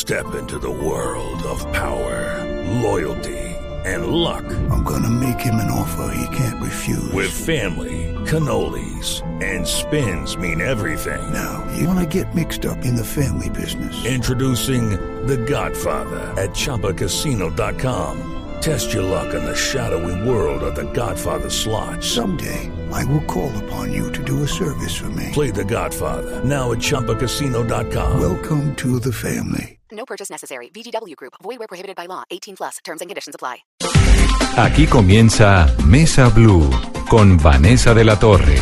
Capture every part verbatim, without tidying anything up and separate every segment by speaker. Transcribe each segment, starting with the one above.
Speaker 1: Step into the world of power, loyalty, and luck.
Speaker 2: I'm gonna make him an offer he can't refuse.
Speaker 1: With family, cannolis, and spins mean everything.
Speaker 2: Now, you wanna get mixed up in the family business.
Speaker 1: Introducing The Godfather at Chumba Casino dot com. Test your luck in the shadowy world of The Godfather slot.
Speaker 2: Someday, I will call upon you to do a service for me.
Speaker 1: Play The Godfather, now at Chumba Casino dot com.
Speaker 2: Welcome to the family.
Speaker 3: No purchase necessary. V G W Group. Void where prohibited by law. eighteen plus. Terms and conditions apply.
Speaker 4: Aquí comienza Mesa Blue con Vanessa de la Torre.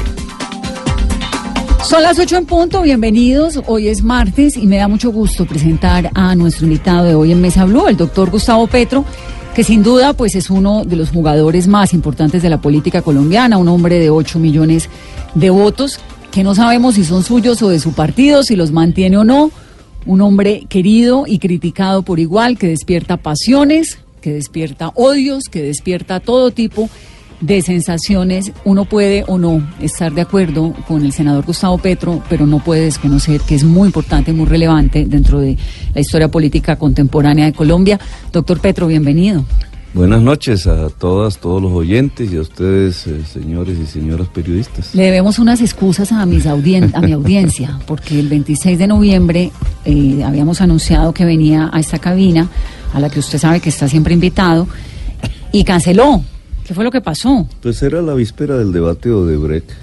Speaker 5: Son las ocho en punto, bienvenidos. Hoy es martes y me da mucho gusto presentar a nuestro invitado de hoy en Mesa Blue, el doctor Gustavo Petro, que sin duda pues es uno de los jugadores más importantes de la política colombiana, un hombre de ocho millones de votos, que no sabemos si son suyos o de su partido, si los mantiene o no. Un hombre querido y criticado por igual, que despierta pasiones, que despierta odios, que despierta todo tipo de sensaciones. Uno puede o no estar de acuerdo con el senador Gustavo Petro, pero no puede desconocer que es muy importante, muy relevante dentro de la historia política contemporánea de Colombia. Doctor Petro, bienvenido.
Speaker 6: Buenas noches a todas, todos los oyentes y a ustedes, eh, señores y señoras periodistas.
Speaker 5: Le debemos unas excusas a, mis audien- a mi audiencia, porque el veintiséis de noviembre eh, habíamos anunciado que venía a esta cabina, a la que usted sabe que está siempre invitado, y canceló. ¿Qué fue lo que pasó?
Speaker 6: Pues era la víspera del debate de Odebrecht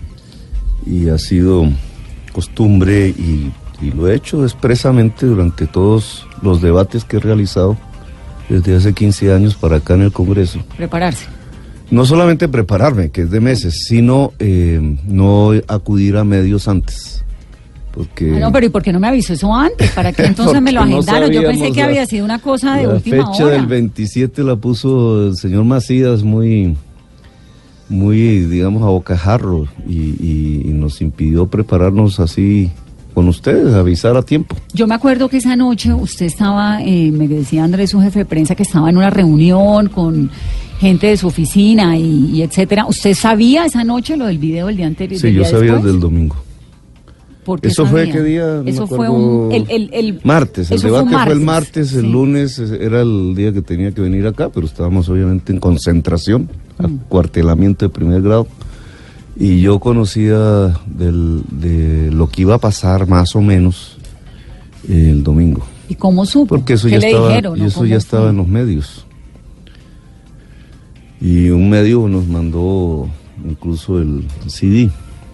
Speaker 6: y ha sido costumbre y, y lo he hecho expresamente durante todos los debates que he realizado desde hace quince años para acá en el Congreso.
Speaker 5: Prepararse.
Speaker 6: No solamente prepararme, que es de meses, sino eh, no acudir a medios antes. Porque...
Speaker 5: Ah, no, pero ¿y por qué no me avisó eso antes? ¿Para qué entonces me lo agendaron? No, yo pensé que había sido una cosa de última hora.
Speaker 6: La fecha del veintisiete la puso el señor Macías muy, muy, digamos, a bocajarro y, y, y nos impidió prepararnos así con ustedes, avisar a tiempo.
Speaker 5: Yo me acuerdo que esa noche usted estaba, eh, me decía Andrés, su jefe de prensa, que estaba en una reunión con gente de su oficina y, y etcétera. ¿Usted sabía esa noche lo del video del día anterior?
Speaker 6: Sí, yo sabía desde el domingo.
Speaker 5: ¿Por qué
Speaker 6: ¿Eso
Speaker 5: sabía?
Speaker 6: fue qué día? No
Speaker 5: Eso fue un... El, el, el,
Speaker 6: martes, el debate fue, fue el martes, el
Speaker 5: sí.
Speaker 6: lunes era el día que tenía que venir acá, pero estábamos obviamente en concentración, mm. acuartelamiento de primer grado. Y yo conocía del, de lo que iba a pasar más o menos eh, el domingo.
Speaker 5: ¿Y cómo supo?
Speaker 6: Porque eso
Speaker 5: ¿Qué
Speaker 6: ya
Speaker 5: le
Speaker 6: estaba,
Speaker 5: dijeron,
Speaker 6: y
Speaker 5: no?
Speaker 6: eso ya estaba
Speaker 5: fue?
Speaker 6: en los medios. Y un medio nos mandó incluso el C D,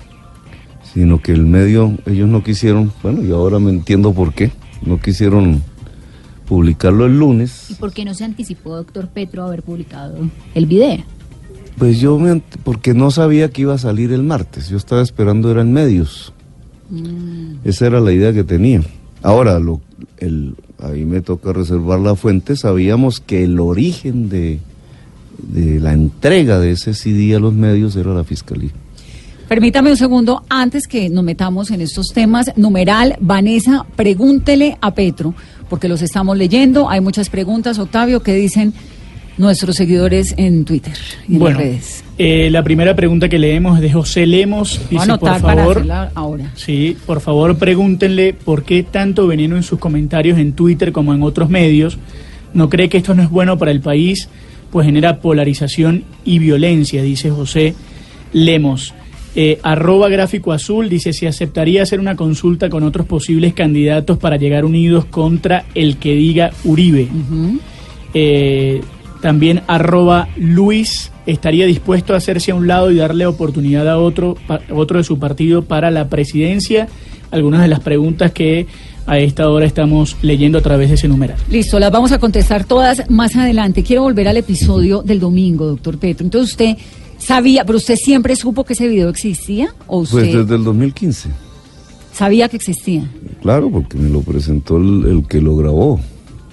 Speaker 6: sino que el medio, ellos no quisieron, bueno, y ahora me entiendo por qué, no quisieron publicarlo el lunes.
Speaker 7: ¿Y por qué no se anticipó, doctor Petro, a haber publicado el video?
Speaker 6: Pues yo, me, porque no sabía que iba a salir el martes, yo estaba esperando, era en medios. Mm. Esa era la idea que tenía. Ahora, lo, el, ahí me toca reservar la fuente, sabíamos que el origen de, de la entrega de ese C D a los medios era la Fiscalía.
Speaker 5: Permítame un segundo, antes que nos metamos en estos temas, numeral, Vanessa, pregúntele a Petro, porque los estamos leyendo, hay muchas preguntas. Octavio, ¿qué dicen nuestros seguidores en Twitter y en
Speaker 8: bueno,
Speaker 5: las redes?
Speaker 8: Eh, la primera pregunta que leemos es de José Lemos. Dice,
Speaker 5: voy a anotar
Speaker 8: por favor,
Speaker 5: para hacerla ahora.
Speaker 8: Sí, por favor pregúntenle por qué tanto veneno en sus comentarios en Twitter como en otros medios. ¿No cree que esto no es bueno para el país? Pues genera polarización y violencia, dice José Lemos. Eh, arroba gráfico azul dice si aceptaría hacer una consulta con otros posibles candidatos para llegar unidos contra el que diga Uribe. Uh-huh. eh, también arroba Luis estaría dispuesto a hacerse a un lado y darle oportunidad a otro, pa, otro de su partido para la presidencia. Algunas de las preguntas que a esta hora estamos leyendo a través de ese numeral.
Speaker 5: Listo, las vamos a contestar todas más adelante. Quiero volver al episodio del domingo, doctor Petro. Entonces usted sabía, pero usted siempre supo que ese video existía, ¿o usted?
Speaker 6: Pues desde el dos mil quince.
Speaker 5: ¿Sabía que existía?
Speaker 6: Claro, porque me lo presentó el, el que lo grabó.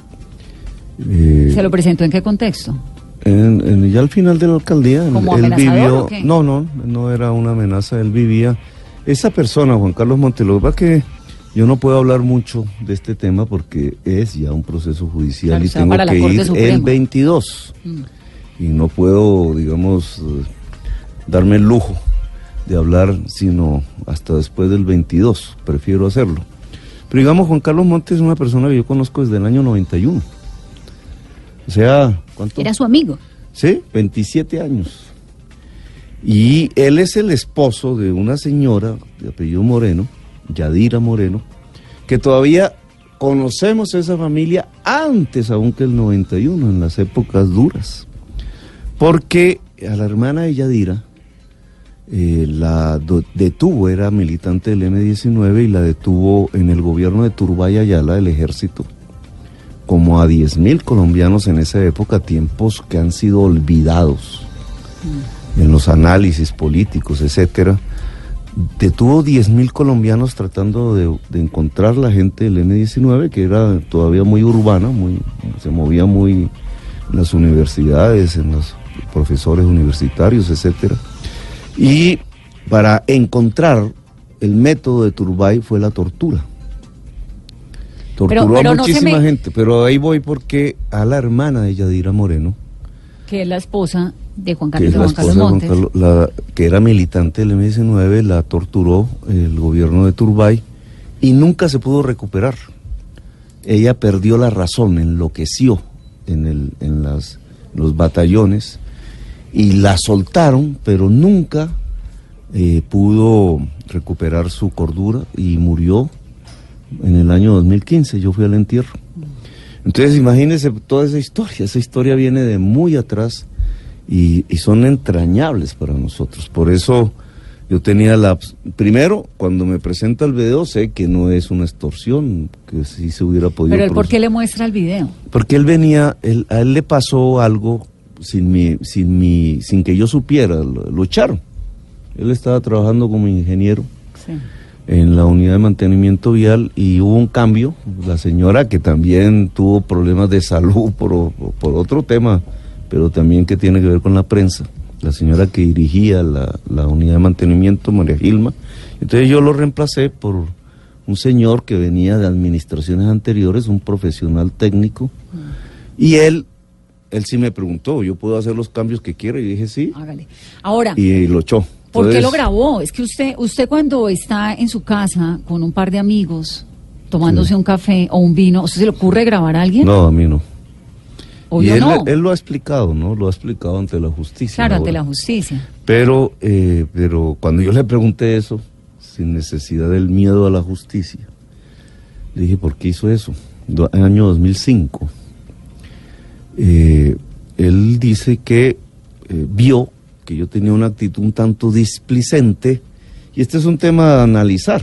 Speaker 5: Eh, ¿Se lo presentó en qué contexto?
Speaker 6: En, en, ya al final de la alcaldía.
Speaker 5: ¿Como
Speaker 6: él
Speaker 5: amenazador
Speaker 6: vivió,
Speaker 5: o qué?
Speaker 6: No, no, no era una amenaza, él vivía. Esa persona, Juan Carlos Montelobos, que yo no puedo hablar mucho de este tema porque es ya un proceso judicial, claro, y tengo que ir Suprema. El veintidós. Mm. Y no puedo, digamos, darme el lujo de hablar sino hasta después del veintidós, prefiero hacerlo. Pero digamos, Juan Carlos Montes es una persona que yo conozco desde el año noventa y uno. O sea, ¿cuánto?
Speaker 7: Era su amigo.
Speaker 6: Sí, veintisiete años. Y él es el esposo de una señora de apellido Moreno, Yadira Moreno, que todavía conocemos a esa familia antes aún que el noventa y uno, en las épocas duras. Porque a la hermana de Yadira eh, la do, detuvo, era militante del eme diecinueve, y la detuvo en el gobierno de Turbay Ayala, el ejército, como a diez mil colombianos en esa época, tiempos que han sido olvidados mm. en los análisis políticos, etcétera. Detuvo diez mil colombianos tratando de, de encontrar la gente del eme diecinueve, que era todavía muy urbana, muy, se movía muy en las universidades, en los profesores universitarios, etcétera. Y para encontrar el método de Turbay fue la tortura. Torturó pero, pero a muchísima no me... gente, pero ahí voy porque a la hermana de Yadira Moreno,
Speaker 5: que es la esposa de Juan Carlos,
Speaker 6: que,
Speaker 5: de Juan Carlos Montes,
Speaker 6: Juan Carlos, la, que era militante del eme diecinueve, la torturó el gobierno de Turbay y nunca se pudo recuperar. Ella perdió la razón, enloqueció en, el, en las, los batallones y la soltaron, pero nunca eh, pudo recuperar su cordura y murió en el año dos mil quince. Yo fui al entierro. Entonces imagínense toda esa historia, esa historia viene de muy atrás y, y son entrañables para nosotros. Por eso yo tenía la... Primero, cuando me presenta el video, sé que no es una extorsión, que sí se hubiera podido...
Speaker 5: Pero ¿por qué le muestra el video?
Speaker 6: Porque él venía, él, a él le pasó algo sin mi, sin mi, sin que yo supiera, lo, lo echaron. Él estaba trabajando como ingeniero. Sí. En la unidad de mantenimiento vial y hubo un cambio. La señora, que también tuvo problemas de salud por, por otro tema, pero también que tiene que ver con la prensa, la señora que dirigía la, la unidad de mantenimiento, María Gilma. Entonces yo lo reemplacé por un señor que venía de administraciones anteriores, un profesional técnico, mm. y él él sí me preguntó, ¿yo puedo hacer los cambios que quiero? Y dije sí.
Speaker 5: Hágale. Ahora,
Speaker 6: y lo echó.
Speaker 5: ¿Por Entonces, qué lo grabó? Es que usted usted cuando está en su casa con un par de amigos tomándose sí. un café o un vino, ¿usted se le ocurre grabar a alguien?
Speaker 6: No, a mí no.
Speaker 5: Obvio
Speaker 6: y él,
Speaker 5: no.
Speaker 6: él lo ha explicado, ¿no? Lo ha explicado ante la justicia.
Speaker 5: Claro,
Speaker 6: ahora.
Speaker 5: ante la justicia.
Speaker 6: Pero, eh, pero cuando yo le pregunté eso, sin necesidad del miedo a la justicia, le dije, ¿por qué hizo eso? Do, en el año dos mil cinco. Eh, él dice que eh, vio que yo tenía una actitud un tanto displicente, y este es un tema a analizar.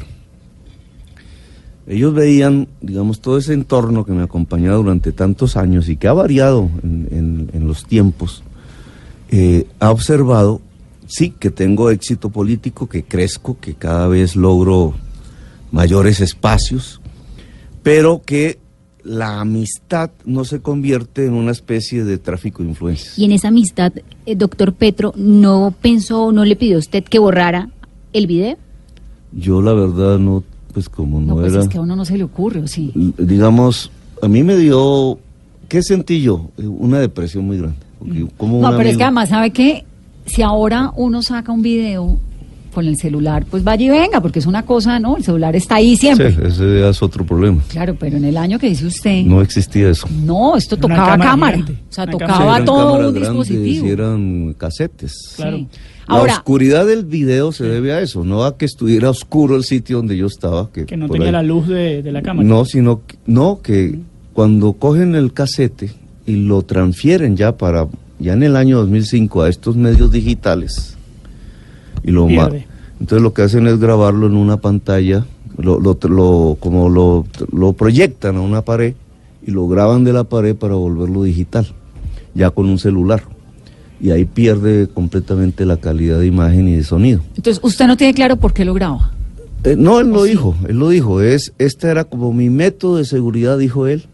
Speaker 6: Ellos veían, digamos, todo ese entorno que me acompañaba durante tantos años y que ha variado en, en, en los tiempos, eh, ha observado, sí, que tengo éxito político, que crezco, que cada vez logro mayores espacios, pero que la amistad no se convierte en una especie de tráfico de influencias.
Speaker 7: Y en esa amistad, eh, doctor Petro, ¿no pensó, no le pidió a usted que borrara el video?
Speaker 6: Yo la verdad no, pues como no,
Speaker 5: no pues
Speaker 6: era...
Speaker 5: es que a uno no se le ocurre, ¿o sí?
Speaker 6: Digamos, a mí me dio, ¿qué sentí yo? Una depresión muy grande. Porque como
Speaker 5: no,
Speaker 6: un
Speaker 5: pero
Speaker 6: amigo...
Speaker 5: es que además, ¿sabe qué? Si ahora uno saca un video con el celular, pues vaya y venga, porque es una cosa, ¿no? El celular está ahí siempre.
Speaker 6: Sí, ese es otro problema.
Speaker 5: Claro, pero en el año que dice usted...
Speaker 6: No existía eso.
Speaker 5: No, esto tocaba cámara, cámara. O sea,
Speaker 6: una
Speaker 5: tocaba
Speaker 6: cámara.
Speaker 5: todo un
Speaker 6: Grandes,
Speaker 5: dispositivo.
Speaker 6: y eran casetes.
Speaker 5: Claro.
Speaker 6: Sí.
Speaker 5: Ahora,
Speaker 6: la oscuridad del video se debe a eso, no a que estuviera oscuro el sitio donde yo estaba. Que,
Speaker 8: que no tenía ahí. La luz de, de la cámara.
Speaker 6: No, sino que, no, que cuando cogen el casete y lo transfieren ya para, ya en el año dos mil cinco a estos medios digitales, y lo ma- entonces lo que hacen es grabarlo en una pantalla, lo, lo, lo, como lo, lo proyectan a una pared y lo graban de la pared para volverlo digital, ya con un celular. Y ahí pierde completamente la calidad de imagen y de sonido.
Speaker 5: Entonces, ¿usted no tiene claro por qué lo graba?
Speaker 6: Eh, no, él lo sí? dijo, él lo dijo, es, este era como mi método de seguridad, dijo él,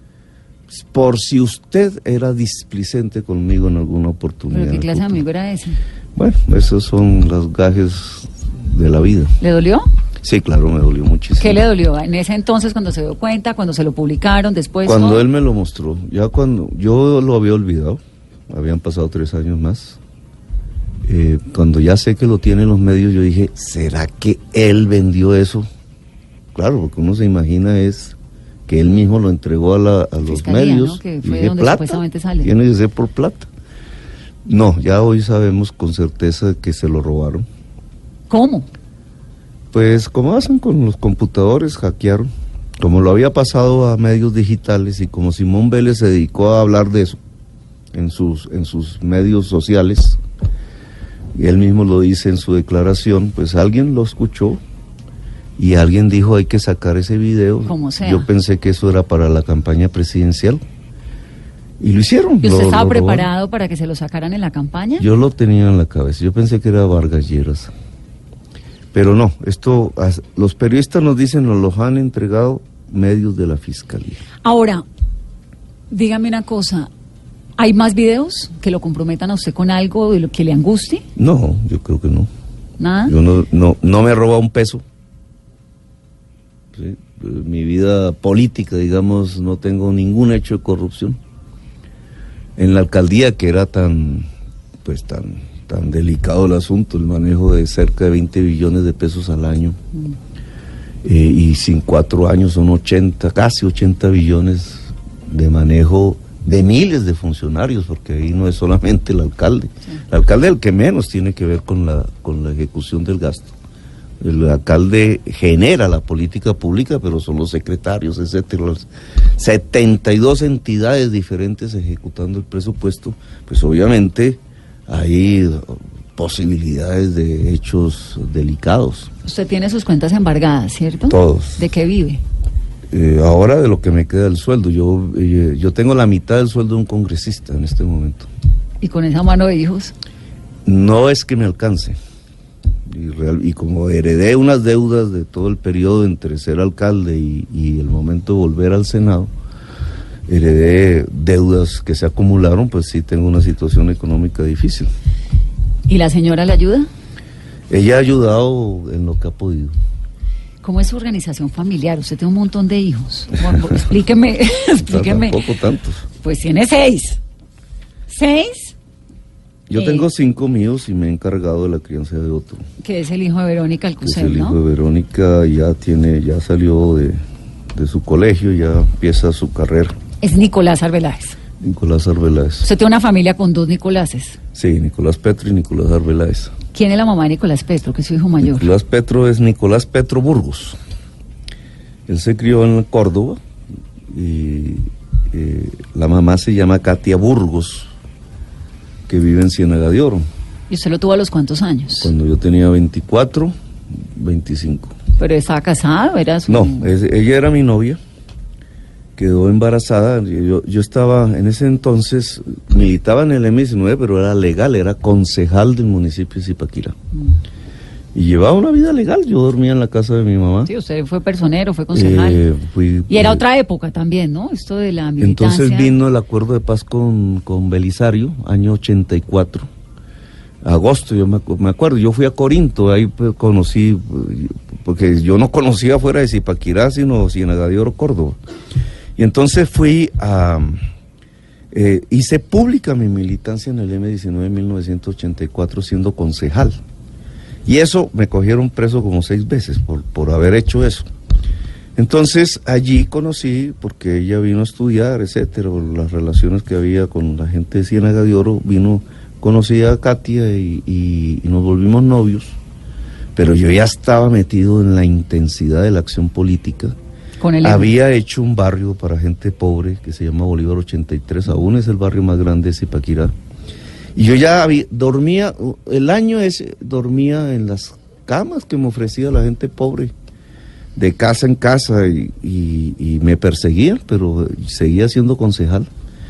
Speaker 6: por si usted era displicente conmigo en alguna oportunidad.
Speaker 5: ¿Pero qué clase de amigo era ese?
Speaker 6: Bueno, esos son los gajes de la vida.
Speaker 5: ¿Le dolió?
Speaker 6: Sí, claro, me dolió muchísimo.
Speaker 5: ¿Qué le dolió? En ese entonces, cuando se dio cuenta, cuando se lo publicaron, después...
Speaker 6: Cuando
Speaker 5: todo?
Speaker 6: él me lo mostró, ya cuando yo lo había olvidado, habían pasado tres años más, eh, cuando ya sé que lo tienen los medios, yo dije, ¿será que él vendió eso claro, porque uno se imagina es que él mismo lo entregó a, la, a los
Speaker 5: Fiscalía,
Speaker 6: medios.
Speaker 5: ¿no? Que
Speaker 6: y
Speaker 5: fue
Speaker 6: dije,
Speaker 5: donde
Speaker 6: plata,
Speaker 5: supuestamente sale.
Speaker 6: Tiene que ser por plata. No, ya hoy sabemos con certeza que se lo robaron.
Speaker 5: ¿Cómo?
Speaker 6: Pues como hacen con los computadores, hackearon. Como lo había pasado a medios digitales y como Simón Vélez se dedicó a hablar de eso en sus, en sus medios sociales, y él mismo lo dice en su declaración, pues alguien lo escuchó y alguien dijo hay que sacar ese video.
Speaker 5: Como sea.
Speaker 6: Yo pensé que eso era para la campaña presidencial y lo hicieron.
Speaker 5: ¿Y usted
Speaker 6: lo-
Speaker 5: estaba
Speaker 6: lo robaron.
Speaker 5: preparado para que se lo sacaran en la campaña?
Speaker 6: Yo lo tenía en la cabeza, yo pensé que era Vargas Lleras. Pero no, esto, as- los periodistas nos dicen, nos los han entregado medios de la Fiscalía.
Speaker 5: Ahora, dígame una cosa, ¿hay más videos que lo comprometan a usted con algo de lo que le angustie?
Speaker 6: No, yo creo que no.
Speaker 5: ¿Nada?
Speaker 6: Yo no, no, no me he robado un peso. Sí, mi vida política, digamos, no tengo ningún hecho de corrupción. En la alcaldía, que era tan, pues tan, tan delicado el asunto, el manejo de cerca de veinte billones de pesos al año, eh, y sin cuatro años son ochenta, casi ochenta billones de manejo de miles de funcionarios, porque ahí no es solamente el alcalde. El alcalde es el que menos tiene que ver con la, con la ejecución del gasto. El alcalde genera la política pública, pero son los secretarios, etcétera, las setenta y dos entidades diferentes ejecutando el presupuesto, pues obviamente hay posibilidades de hechos delicados.
Speaker 5: Usted tiene sus cuentas embargadas, ¿cierto?
Speaker 6: Todos.
Speaker 5: ¿De qué vive?
Speaker 6: Eh, ahora de lo que me queda del sueldo, yo, eh, yo tengo la mitad del sueldo de un congresista en este momento.
Speaker 5: ¿Y con esa mano de hijos?
Speaker 6: No es que me alcance. Y, real, y como heredé unas deudas de todo el periodo entre ser alcalde y, y el momento de volver al Senado, heredé deudas que se acumularon, pues sí tengo una situación económica difícil.
Speaker 5: ¿Y la señora le ayuda?
Speaker 6: Ella ha ayudado en lo que ha podido.
Speaker 5: ¿Cómo es su organización familiar? Usted tiene un montón de hijos. Bueno, explíqueme, explíqueme.
Speaker 6: Tampoco tantos.
Speaker 5: Pues tiene seis. ¿Seis?
Speaker 6: Yo
Speaker 5: Eh.
Speaker 6: tengo cinco míos y me he encargado de la crianza de otro.
Speaker 5: Que es el hijo de Verónica
Speaker 6: Que es
Speaker 5: Alcocer,
Speaker 6: el hijo
Speaker 5: ¿no?
Speaker 6: de Verónica, ya tiene, ya salió de, de su colegio, ya empieza su carrera.
Speaker 5: Es Nicolás Arbeláez.
Speaker 6: Nicolás Arbeláez.
Speaker 5: Usted tiene una familia con dos Nicoláses.
Speaker 6: Sí, Nicolás Petro y Nicolás Arbeláez.
Speaker 5: ¿Quién es la mamá de Nicolás Petro, que es su hijo mayor?
Speaker 6: Nicolás Petro es Nicolás Petro Burgos. Él se crió en Córdoba y eh, la mamá se llama Katia Burgos, que vive en Ciénaga de Oro.
Speaker 5: ¿Y usted lo tuvo a los cuántos años?
Speaker 6: Cuando yo tenía veinticuatro, veinticinco.
Speaker 5: ¿Pero estaba casado? ¿Era su...?
Speaker 6: No, es- ella era mi novia, quedó embarazada. Yo, yo estaba, en ese entonces, militaba en el eme diecinueve, pero era legal, era concejal del municipio de Zipaquirá. Y llevaba una vida legal, yo dormía en la casa de mi mamá.
Speaker 5: Sí, usted fue personero, fue concejal.
Speaker 6: Eh, fui-
Speaker 5: y era
Speaker 6: eh,
Speaker 5: otra época también, ¿no? Esto de la militancia.
Speaker 6: Entonces vino el acuerdo de paz con, con Belisario, año ochenta y cuatro, agosto, yo me, acu- me acuerdo, yo fui a Corinto, ahí pues, conocí, eh, porque yo no conocía fuera de Zipaquirá, sino Ciénaga de Oro, Córdoba. Y entonces fui a, eh, hice pública mi militancia en el eme diecinueve en mil novecientos ochenta y cuatro siendo concejal. Y eso me cogieron preso como seis veces por, por haber hecho eso. Entonces allí conocí, porque ella vino a estudiar, etcétera, por las relaciones que había con la gente de Ciénaga de Oro, vino, conocí a Katia y, y, y nos volvimos novios, pero yo ya estaba metido en la intensidad de la acción política.
Speaker 5: Con el
Speaker 6: Había hecho un barrio para gente pobre que se llama Bolívar ochenta y tres, aún es el barrio más grande de Zipaquirá. Y yo ya había, dormía, el año ese, dormía en las camas que me ofrecía la gente pobre, de casa en casa, y, y, y me perseguían, pero seguía siendo concejal.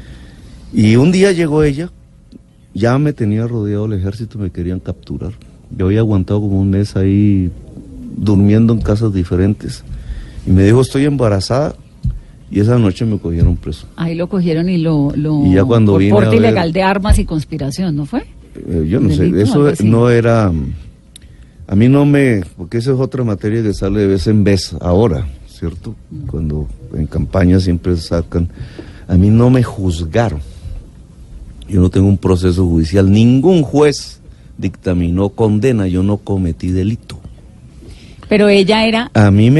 Speaker 6: Y un día llegó ella, ya me tenía rodeado el ejército, me querían capturar. Yo había aguantado como un mes ahí, durmiendo en casas diferentes, y me dijo, estoy embarazada. Y esa noche me cogieron preso.
Speaker 5: Ahí lo cogieron y lo... lo
Speaker 6: Y ya cuando
Speaker 5: por
Speaker 6: vine a
Speaker 5: porte
Speaker 6: ver-
Speaker 5: ilegal de armas y conspiración, ¿no fue?
Speaker 6: Eh, yo no sé,
Speaker 5: Delito,
Speaker 6: eso
Speaker 5: algo así.
Speaker 6: no era... A mí no me... Porque esa es otra materia que sale de vez en vez ahora, ¿cierto? Cuando en campaña siempre sacan... A mí no me juzgaron. Yo no tengo un proceso judicial. Ningún juez dictaminó condena. Yo no cometí delito.
Speaker 5: Pero ella era...
Speaker 6: A mí me...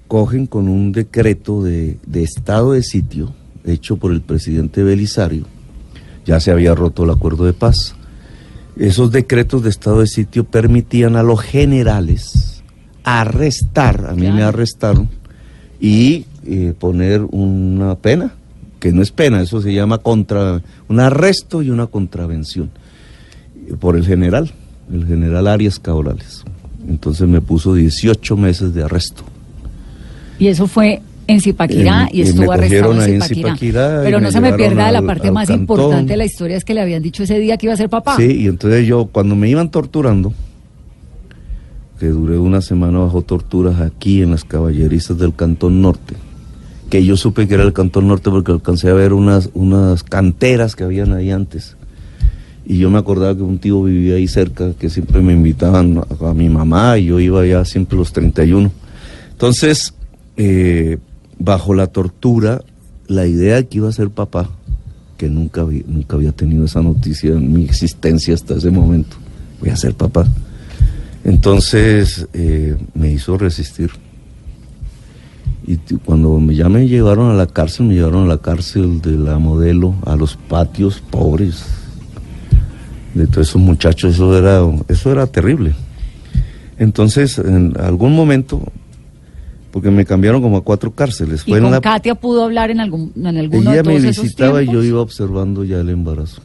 Speaker 6: cogen con un decreto de, de estado de sitio hecho por el presidente Belisario. Ya se había roto el acuerdo de paz. Esos decretos de estado de sitio permitían a los generales arrestar, a mí claro. me arrestaron, y eh, poner una pena, que no es pena, eso se llama contra, un arresto y una contravención, por el general, el general Arias Cabrales. Entonces me puso dieciocho meses de arresto.
Speaker 5: Y eso fue en Zipaquirá en, y estuvo arrestado en Zipaquirá. en Zipaquirá. Pero no se me pierda al, la parte más cantón. importante de la historia, es que le habían dicho ese día que iba a ser papá.
Speaker 6: Sí, y entonces yo, cuando me iban torturando, que duré una semana bajo torturas aquí en las caballerizas del Cantón Norte, que yo supe que era el Cantón Norte porque alcancé a ver unas, unas canteras que habían ahí antes. Y yo me acordaba que un tío vivía ahí cerca, que siempre me invitaban a, a mi mamá, y yo iba allá siempre los treinta y uno. Entonces, eh, bajo la tortura, la idea de que iba a ser papá, que nunca, vi, nunca había tenido esa noticia en mi existencia hasta ese momento, voy a ser papá. Entonces, eh, me hizo resistir. Y t- cuando me, ya me llevaron a la cárcel, me llevaron a la cárcel de la Modelo, a los patios pobres de todos esos muchachos, eso era, eso era terrible. Entonces, en algún momento, porque me cambiaron como a cuatro cárceles.
Speaker 5: ¿Y
Speaker 6: Fue
Speaker 5: con
Speaker 6: en la...
Speaker 5: Katia pudo hablar en algún en alguno
Speaker 6: Ella
Speaker 5: de todos
Speaker 6: me
Speaker 5: esos
Speaker 6: visitaba
Speaker 5: tiempos?
Speaker 6: Y yo iba observando ya el embarazo.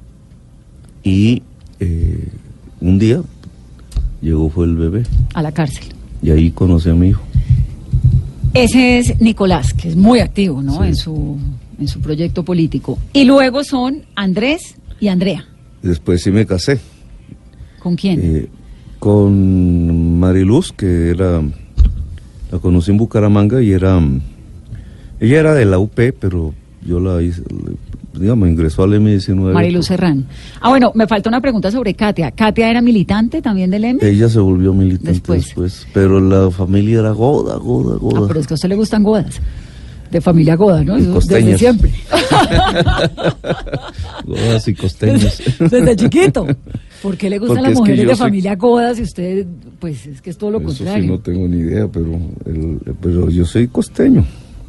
Speaker 6: Y eh, un día llegó fue el bebé.
Speaker 5: A la cárcel.
Speaker 6: Y ahí conocí a mi hijo.
Speaker 5: Ese es Nicolás, que es muy activo, ¿no?
Speaker 6: Sí.
Speaker 5: En su en su proyecto político. Y luego son Andrés y Andrea.
Speaker 6: Después sí me casé.
Speaker 5: ¿Con quién?
Speaker 6: Eh, con Mariluz, que era, la conocí en Bucaramanga y era, ella era de la U P, pero yo la hice, digamos, ingresó al eme diecinueve.
Speaker 5: Mariluz Serrán. Ah, bueno, me falta una pregunta sobre Katia. ¿Katia era militante también del eme?
Speaker 6: Ella se volvió militante
Speaker 5: Después.
Speaker 6: después, pero la familia era goda, goda, goda.
Speaker 5: Ah, pero es que a usted le gustan godas. De familia goda, ¿no?
Speaker 6: Y
Speaker 5: Eso
Speaker 6: costeños.
Speaker 5: desde siempre.
Speaker 6: Godas y costeños.
Speaker 5: Desde, desde chiquito. ¿Por qué le gustan
Speaker 6: Porque
Speaker 5: las
Speaker 6: es que
Speaker 5: mujeres
Speaker 6: yo
Speaker 5: de
Speaker 6: soy-
Speaker 5: familia godas y usted, pues es que es todo lo
Speaker 6: Eso
Speaker 5: contrario?
Speaker 6: sí no tengo ni idea, pero, el, pero yo soy costeño.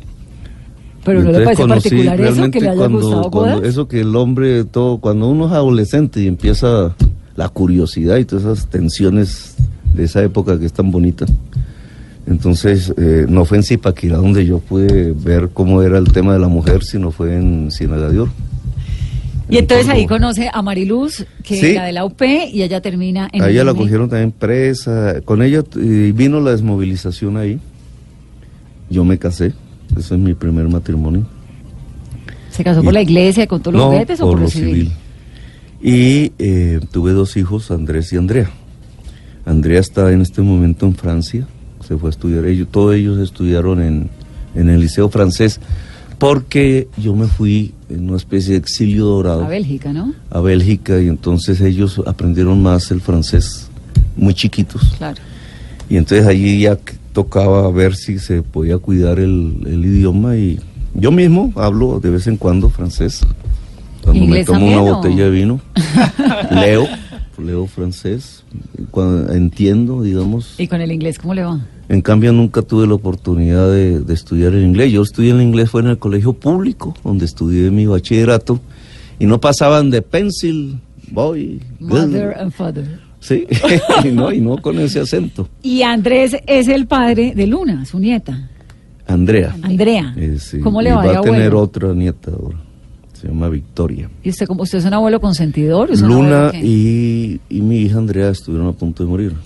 Speaker 5: Pero
Speaker 6: Y
Speaker 5: ¿no le
Speaker 6: entonces
Speaker 5: parece
Speaker 6: conocí
Speaker 5: particular eso,
Speaker 6: realmente
Speaker 5: que le haya
Speaker 6: cuando-
Speaker 5: gustado
Speaker 6: cuando
Speaker 5: godas?
Speaker 6: Eso que el hombre, todo, cuando uno es adolescente y empieza la curiosidad y todas esas tensiones de esa época que es tan bonita. Entonces, eh, no fue en Zipaquirá donde yo pude ver cómo era el tema de la mujer, sino fue en Ciénaga de Oro.
Speaker 5: Y
Speaker 6: en
Speaker 5: entonces ahí
Speaker 6: Córdoba.
Speaker 5: conoce a Mariluz, que
Speaker 6: Sí.
Speaker 5: era de la U P, y ella termina en
Speaker 6: A
Speaker 5: el
Speaker 6: ella la
Speaker 5: eme.
Speaker 6: cogieron también presa. Con ella eh, vino la desmovilización ahí. Yo me casé. Ese es mi primer matrimonio.
Speaker 5: ¿Se casó
Speaker 6: Y-
Speaker 5: por la iglesia, con todos los
Speaker 6: No,
Speaker 5: juguetes o
Speaker 6: por
Speaker 5: por
Speaker 6: lo
Speaker 5: lo civil?
Speaker 6: civil. Y eh, tuve dos hijos, Andrés y Andrea. Andrea está en este momento en Francia. Se fue a estudiar. Ellos, todos ellos estudiaron en, en el Liceo Francés. Porque yo me fui en una especie de exilio dorado.
Speaker 5: A Bélgica, ¿no?
Speaker 6: a Bélgica, y entonces ellos aprendieron más el francés muy chiquitos.
Speaker 5: Claro.
Speaker 6: Y entonces allí ya que tocaba ver si se podía cuidar el, el idioma, y yo mismo hablo de vez en cuando francés. Cuando me
Speaker 5: ¿Inglés
Speaker 6: tomo
Speaker 5: también,
Speaker 6: una
Speaker 5: o?
Speaker 6: botella de vino, leo, leo francés, cuando entiendo, digamos.
Speaker 5: ¿Y con el inglés cómo le va?
Speaker 6: En cambio, nunca tuve la oportunidad de, de estudiar el inglés. Yo estudié el inglés fue en el colegio público, donde estudié mi bachillerato, y no pasaban de pencil, boy, girl.
Speaker 5: Mother and father.
Speaker 6: Sí, y no, y no con ese acento.
Speaker 5: Y Andrés es el padre de Luna, su nieta.
Speaker 6: Andrea.
Speaker 5: Andrea.
Speaker 6: Eh, sí,
Speaker 5: ¿Cómo le
Speaker 6: y
Speaker 5: va,
Speaker 6: va a tener
Speaker 5: abuelo?
Speaker 6: otra nieta ahora. Se llama Victoria.
Speaker 5: ¿Y usted, cómo, usted es un abuelo consentidor? ¿Es un
Speaker 6: Luna
Speaker 5: abuelo qué?
Speaker 6: y, y mi hija Andrea estuvieron a punto de morir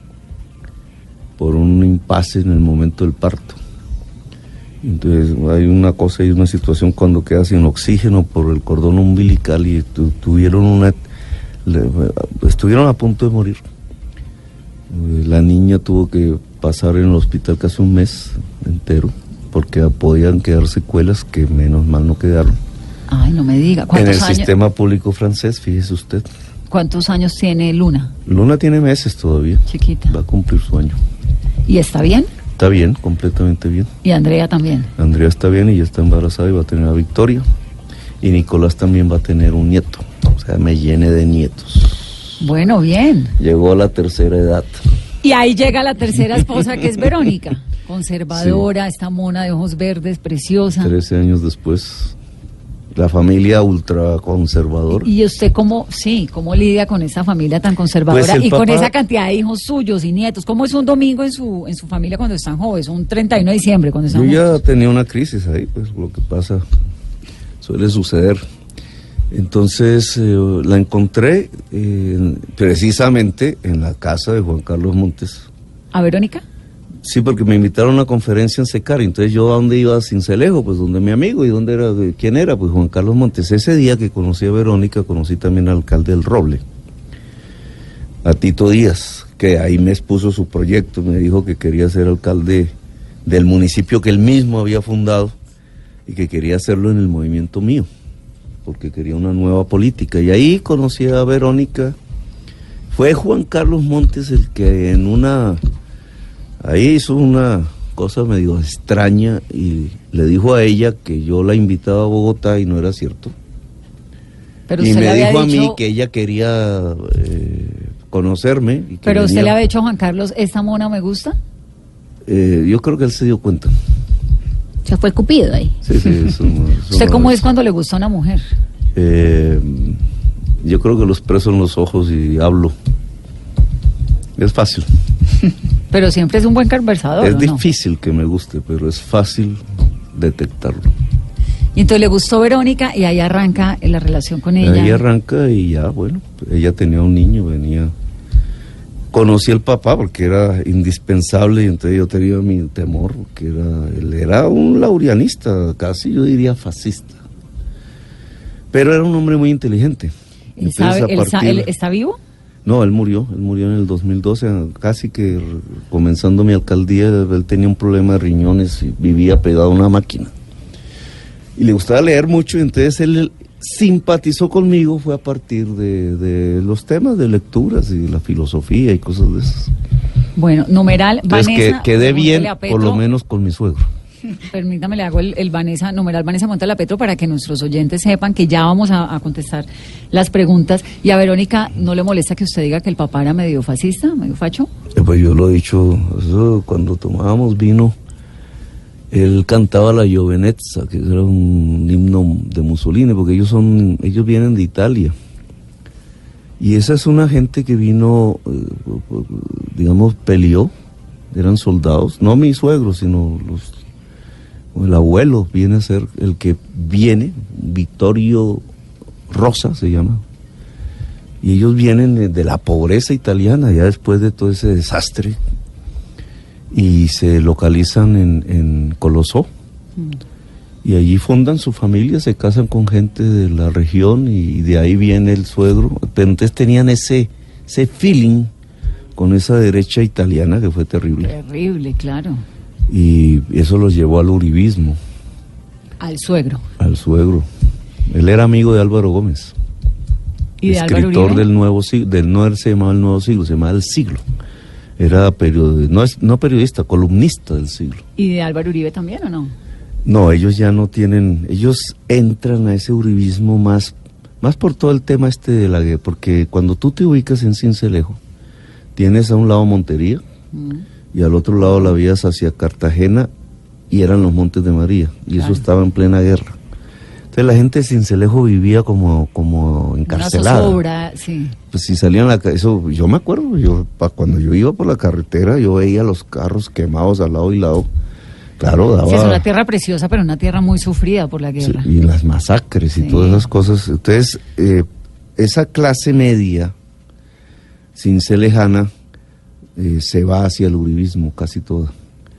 Speaker 6: por un impasse en el momento del parto. Entonces hay una cosa y una situación cuando queda sin oxígeno por el cordón umbilical, y tu, tuvieron una le, estuvieron a punto de morir. Eh, La niña tuvo que pasar en el hospital casi un mes entero porque podían quedar secuelas que menos mal no quedaron.
Speaker 5: Ay, no me diga.
Speaker 6: En
Speaker 5: ¿Cuántos
Speaker 6: el
Speaker 5: años,
Speaker 6: sistema público francés, fíjese usted.
Speaker 5: ¿Cuántos años tiene Luna?
Speaker 6: Luna tiene meses todavía.
Speaker 5: Chiquita.
Speaker 6: Va a cumplir su año.
Speaker 5: ¿Y está bien?
Speaker 6: Está bien, completamente bien.
Speaker 5: Y Andrea también.
Speaker 6: Andrea está bien y ya está embarazada y va a tener a Victoria. Y Nicolás también va a tener un nieto. O sea, me llene de nietos.
Speaker 5: Bueno, bien.
Speaker 6: Llegó a la tercera edad.
Speaker 5: Y ahí llega la tercera esposa, que es Verónica. Conservadora, sí. Esta mona de ojos verdes, preciosa.
Speaker 6: Trece años después, la familia ultraconservadora.
Speaker 5: ¿Y usted cómo, sí, cómo lidia con esa familia tan conservadora
Speaker 6: pues
Speaker 5: y
Speaker 6: papá,
Speaker 5: con esa cantidad de hijos suyos y nietos? ¿Cómo es un domingo en su en su familia cuando están jóvenes? Un treinta y uno de diciembre cuando están
Speaker 6: Yo ya
Speaker 5: juntos.
Speaker 6: tenía una crisis ahí, pues lo que pasa suele suceder. Entonces eh, la encontré eh, precisamente en la casa de Juan Carlos Montes.
Speaker 5: ¿A Verónica?
Speaker 6: Sí, porque me invitaron a una conferencia en Secari, entonces yo a dónde iba, a Sincelejo, pues donde mi amigo, y dónde era, quién era, pues Juan Carlos Montes. Ese día que conocí a Verónica, conocí también al alcalde del Roble, a Tito Díaz, que ahí me expuso su proyecto, me dijo que quería ser alcalde del municipio que él mismo había fundado y que quería hacerlo en el movimiento mío, porque quería una nueva política. Y ahí conocí a Verónica. Fue Juan Carlos Montes el que en una... Ahí hizo una cosa medio extraña y le dijo a ella que yo la invitaba a Bogotá y no era cierto.
Speaker 5: Pero
Speaker 6: y
Speaker 5: usted
Speaker 6: me
Speaker 5: le había
Speaker 6: dijo
Speaker 5: dicho...
Speaker 6: a mí que ella quería eh, conocerme. Y que
Speaker 5: Pero usted
Speaker 6: venía...
Speaker 5: le había dicho a Juan Carlos, ¿esta mona me gusta?
Speaker 6: Eh, yo creo que él se dio cuenta.
Speaker 7: Se fue Cupido ahí.
Speaker 6: Sí, sí, eso no, eso
Speaker 5: ¿Usted
Speaker 6: no
Speaker 5: cómo es cuando le gusta a una mujer?
Speaker 6: Eh, yo creo que los preso en los ojos y hablo. Es fácil.
Speaker 5: Pero siempre es un buen conversador,
Speaker 6: Es
Speaker 5: ¿o no?
Speaker 6: difícil que me guste, pero es fácil detectarlo.
Speaker 5: Y entonces le gustó Verónica y ahí arranca la relación con ella.
Speaker 6: Ahí arranca y ya, bueno, ella tenía un niño, venía... Conocí al papá porque era indispensable y entonces yo tenía mi temor, que era, él era un laurianista, casi yo diría fascista. Pero era un hombre muy inteligente.
Speaker 5: ¿Él,
Speaker 6: Entonces,
Speaker 5: sabe,
Speaker 6: a
Speaker 5: él,
Speaker 6: partir-
Speaker 5: sa- él está vivo?
Speaker 6: No, él murió, él murió en el dos mil doce, casi que r- comenzando mi alcaldía, él tenía un problema de riñones y vivía pegado a una máquina. Y le gustaba leer mucho, y entonces él simpatizó conmigo, fue a partir de, de los temas de lecturas y de la filosofía y cosas de esas.
Speaker 5: Bueno, numeral,
Speaker 6: Entonces
Speaker 5: Vanessa...
Speaker 6: que, quedé bien,
Speaker 5: pregúntele a
Speaker 6: por lo
Speaker 5: Petro.
Speaker 6: menos con mi suegro.
Speaker 5: Permítame, le hago el, el Vanessa, numeral Vanessa Montela Petro para que nuestros oyentes sepan que ya vamos a, a contestar las preguntas. Y a Verónica, ¿no le molesta que usted diga que el papá era medio fascista, medio facho?
Speaker 6: Eh, Pues yo lo he dicho, eso, cuando tomábamos vino, él cantaba la Giovenezza, que era un himno de Mussolini, porque ellos son, ellos vienen de Italia. Y esa es una gente que vino, eh, digamos, peleó, eran soldados, no mi suegro, sino los, el abuelo viene a ser el que viene, Vittorio Rosa se llama. Y ellos vienen de, de la pobreza italiana, ya después de todo ese desastre, y se localizan en, en Colosó. Mm. Y allí fundan su familia, se casan con gente de la región, y de ahí viene el suegro. Pero entonces tenían ese, ese feeling con esa derecha italiana que fue terrible.
Speaker 5: Terrible, claro.
Speaker 6: Y eso los llevó al uribismo.
Speaker 5: Al suegro.
Speaker 6: Al suegro. Él era amigo de Álvaro Gómez.
Speaker 5: ¿Y de Álvaro
Speaker 6: escritor
Speaker 5: Uribe?
Speaker 6: del nuevo siglo, del no se llamaba el nuevo siglo, se llamaba el siglo. Era periodista, no, es, no periodista, columnista del siglo.
Speaker 5: ¿Y de Álvaro Uribe también o no?
Speaker 6: No, ellos ya no tienen, ellos entran a ese uribismo más, más por todo el tema este de la guerra, porque cuando tú te ubicas en Sincelejo, tienes a un lado Montería, mm. y al otro lado la vías hacia Cartagena, y eran los Montes de María, y claro. Eso estaba en plena guerra. Entonces la gente de Sincelejo vivía como, como encarcelada.
Speaker 5: Una zozobra, sí.
Speaker 6: Pues si salían la eso, yo me acuerdo, yo pa, cuando yo iba por la carretera, yo veía los carros quemados al lado y lado. Claro, daba...
Speaker 5: Sí, es una tierra preciosa, pero una tierra muy sufrida por la guerra.
Speaker 6: Sí, y las masacres y sí. Todas esas cosas. Entonces, eh, esa clase media cincelejana eh, se va hacia el uribismo, casi toda.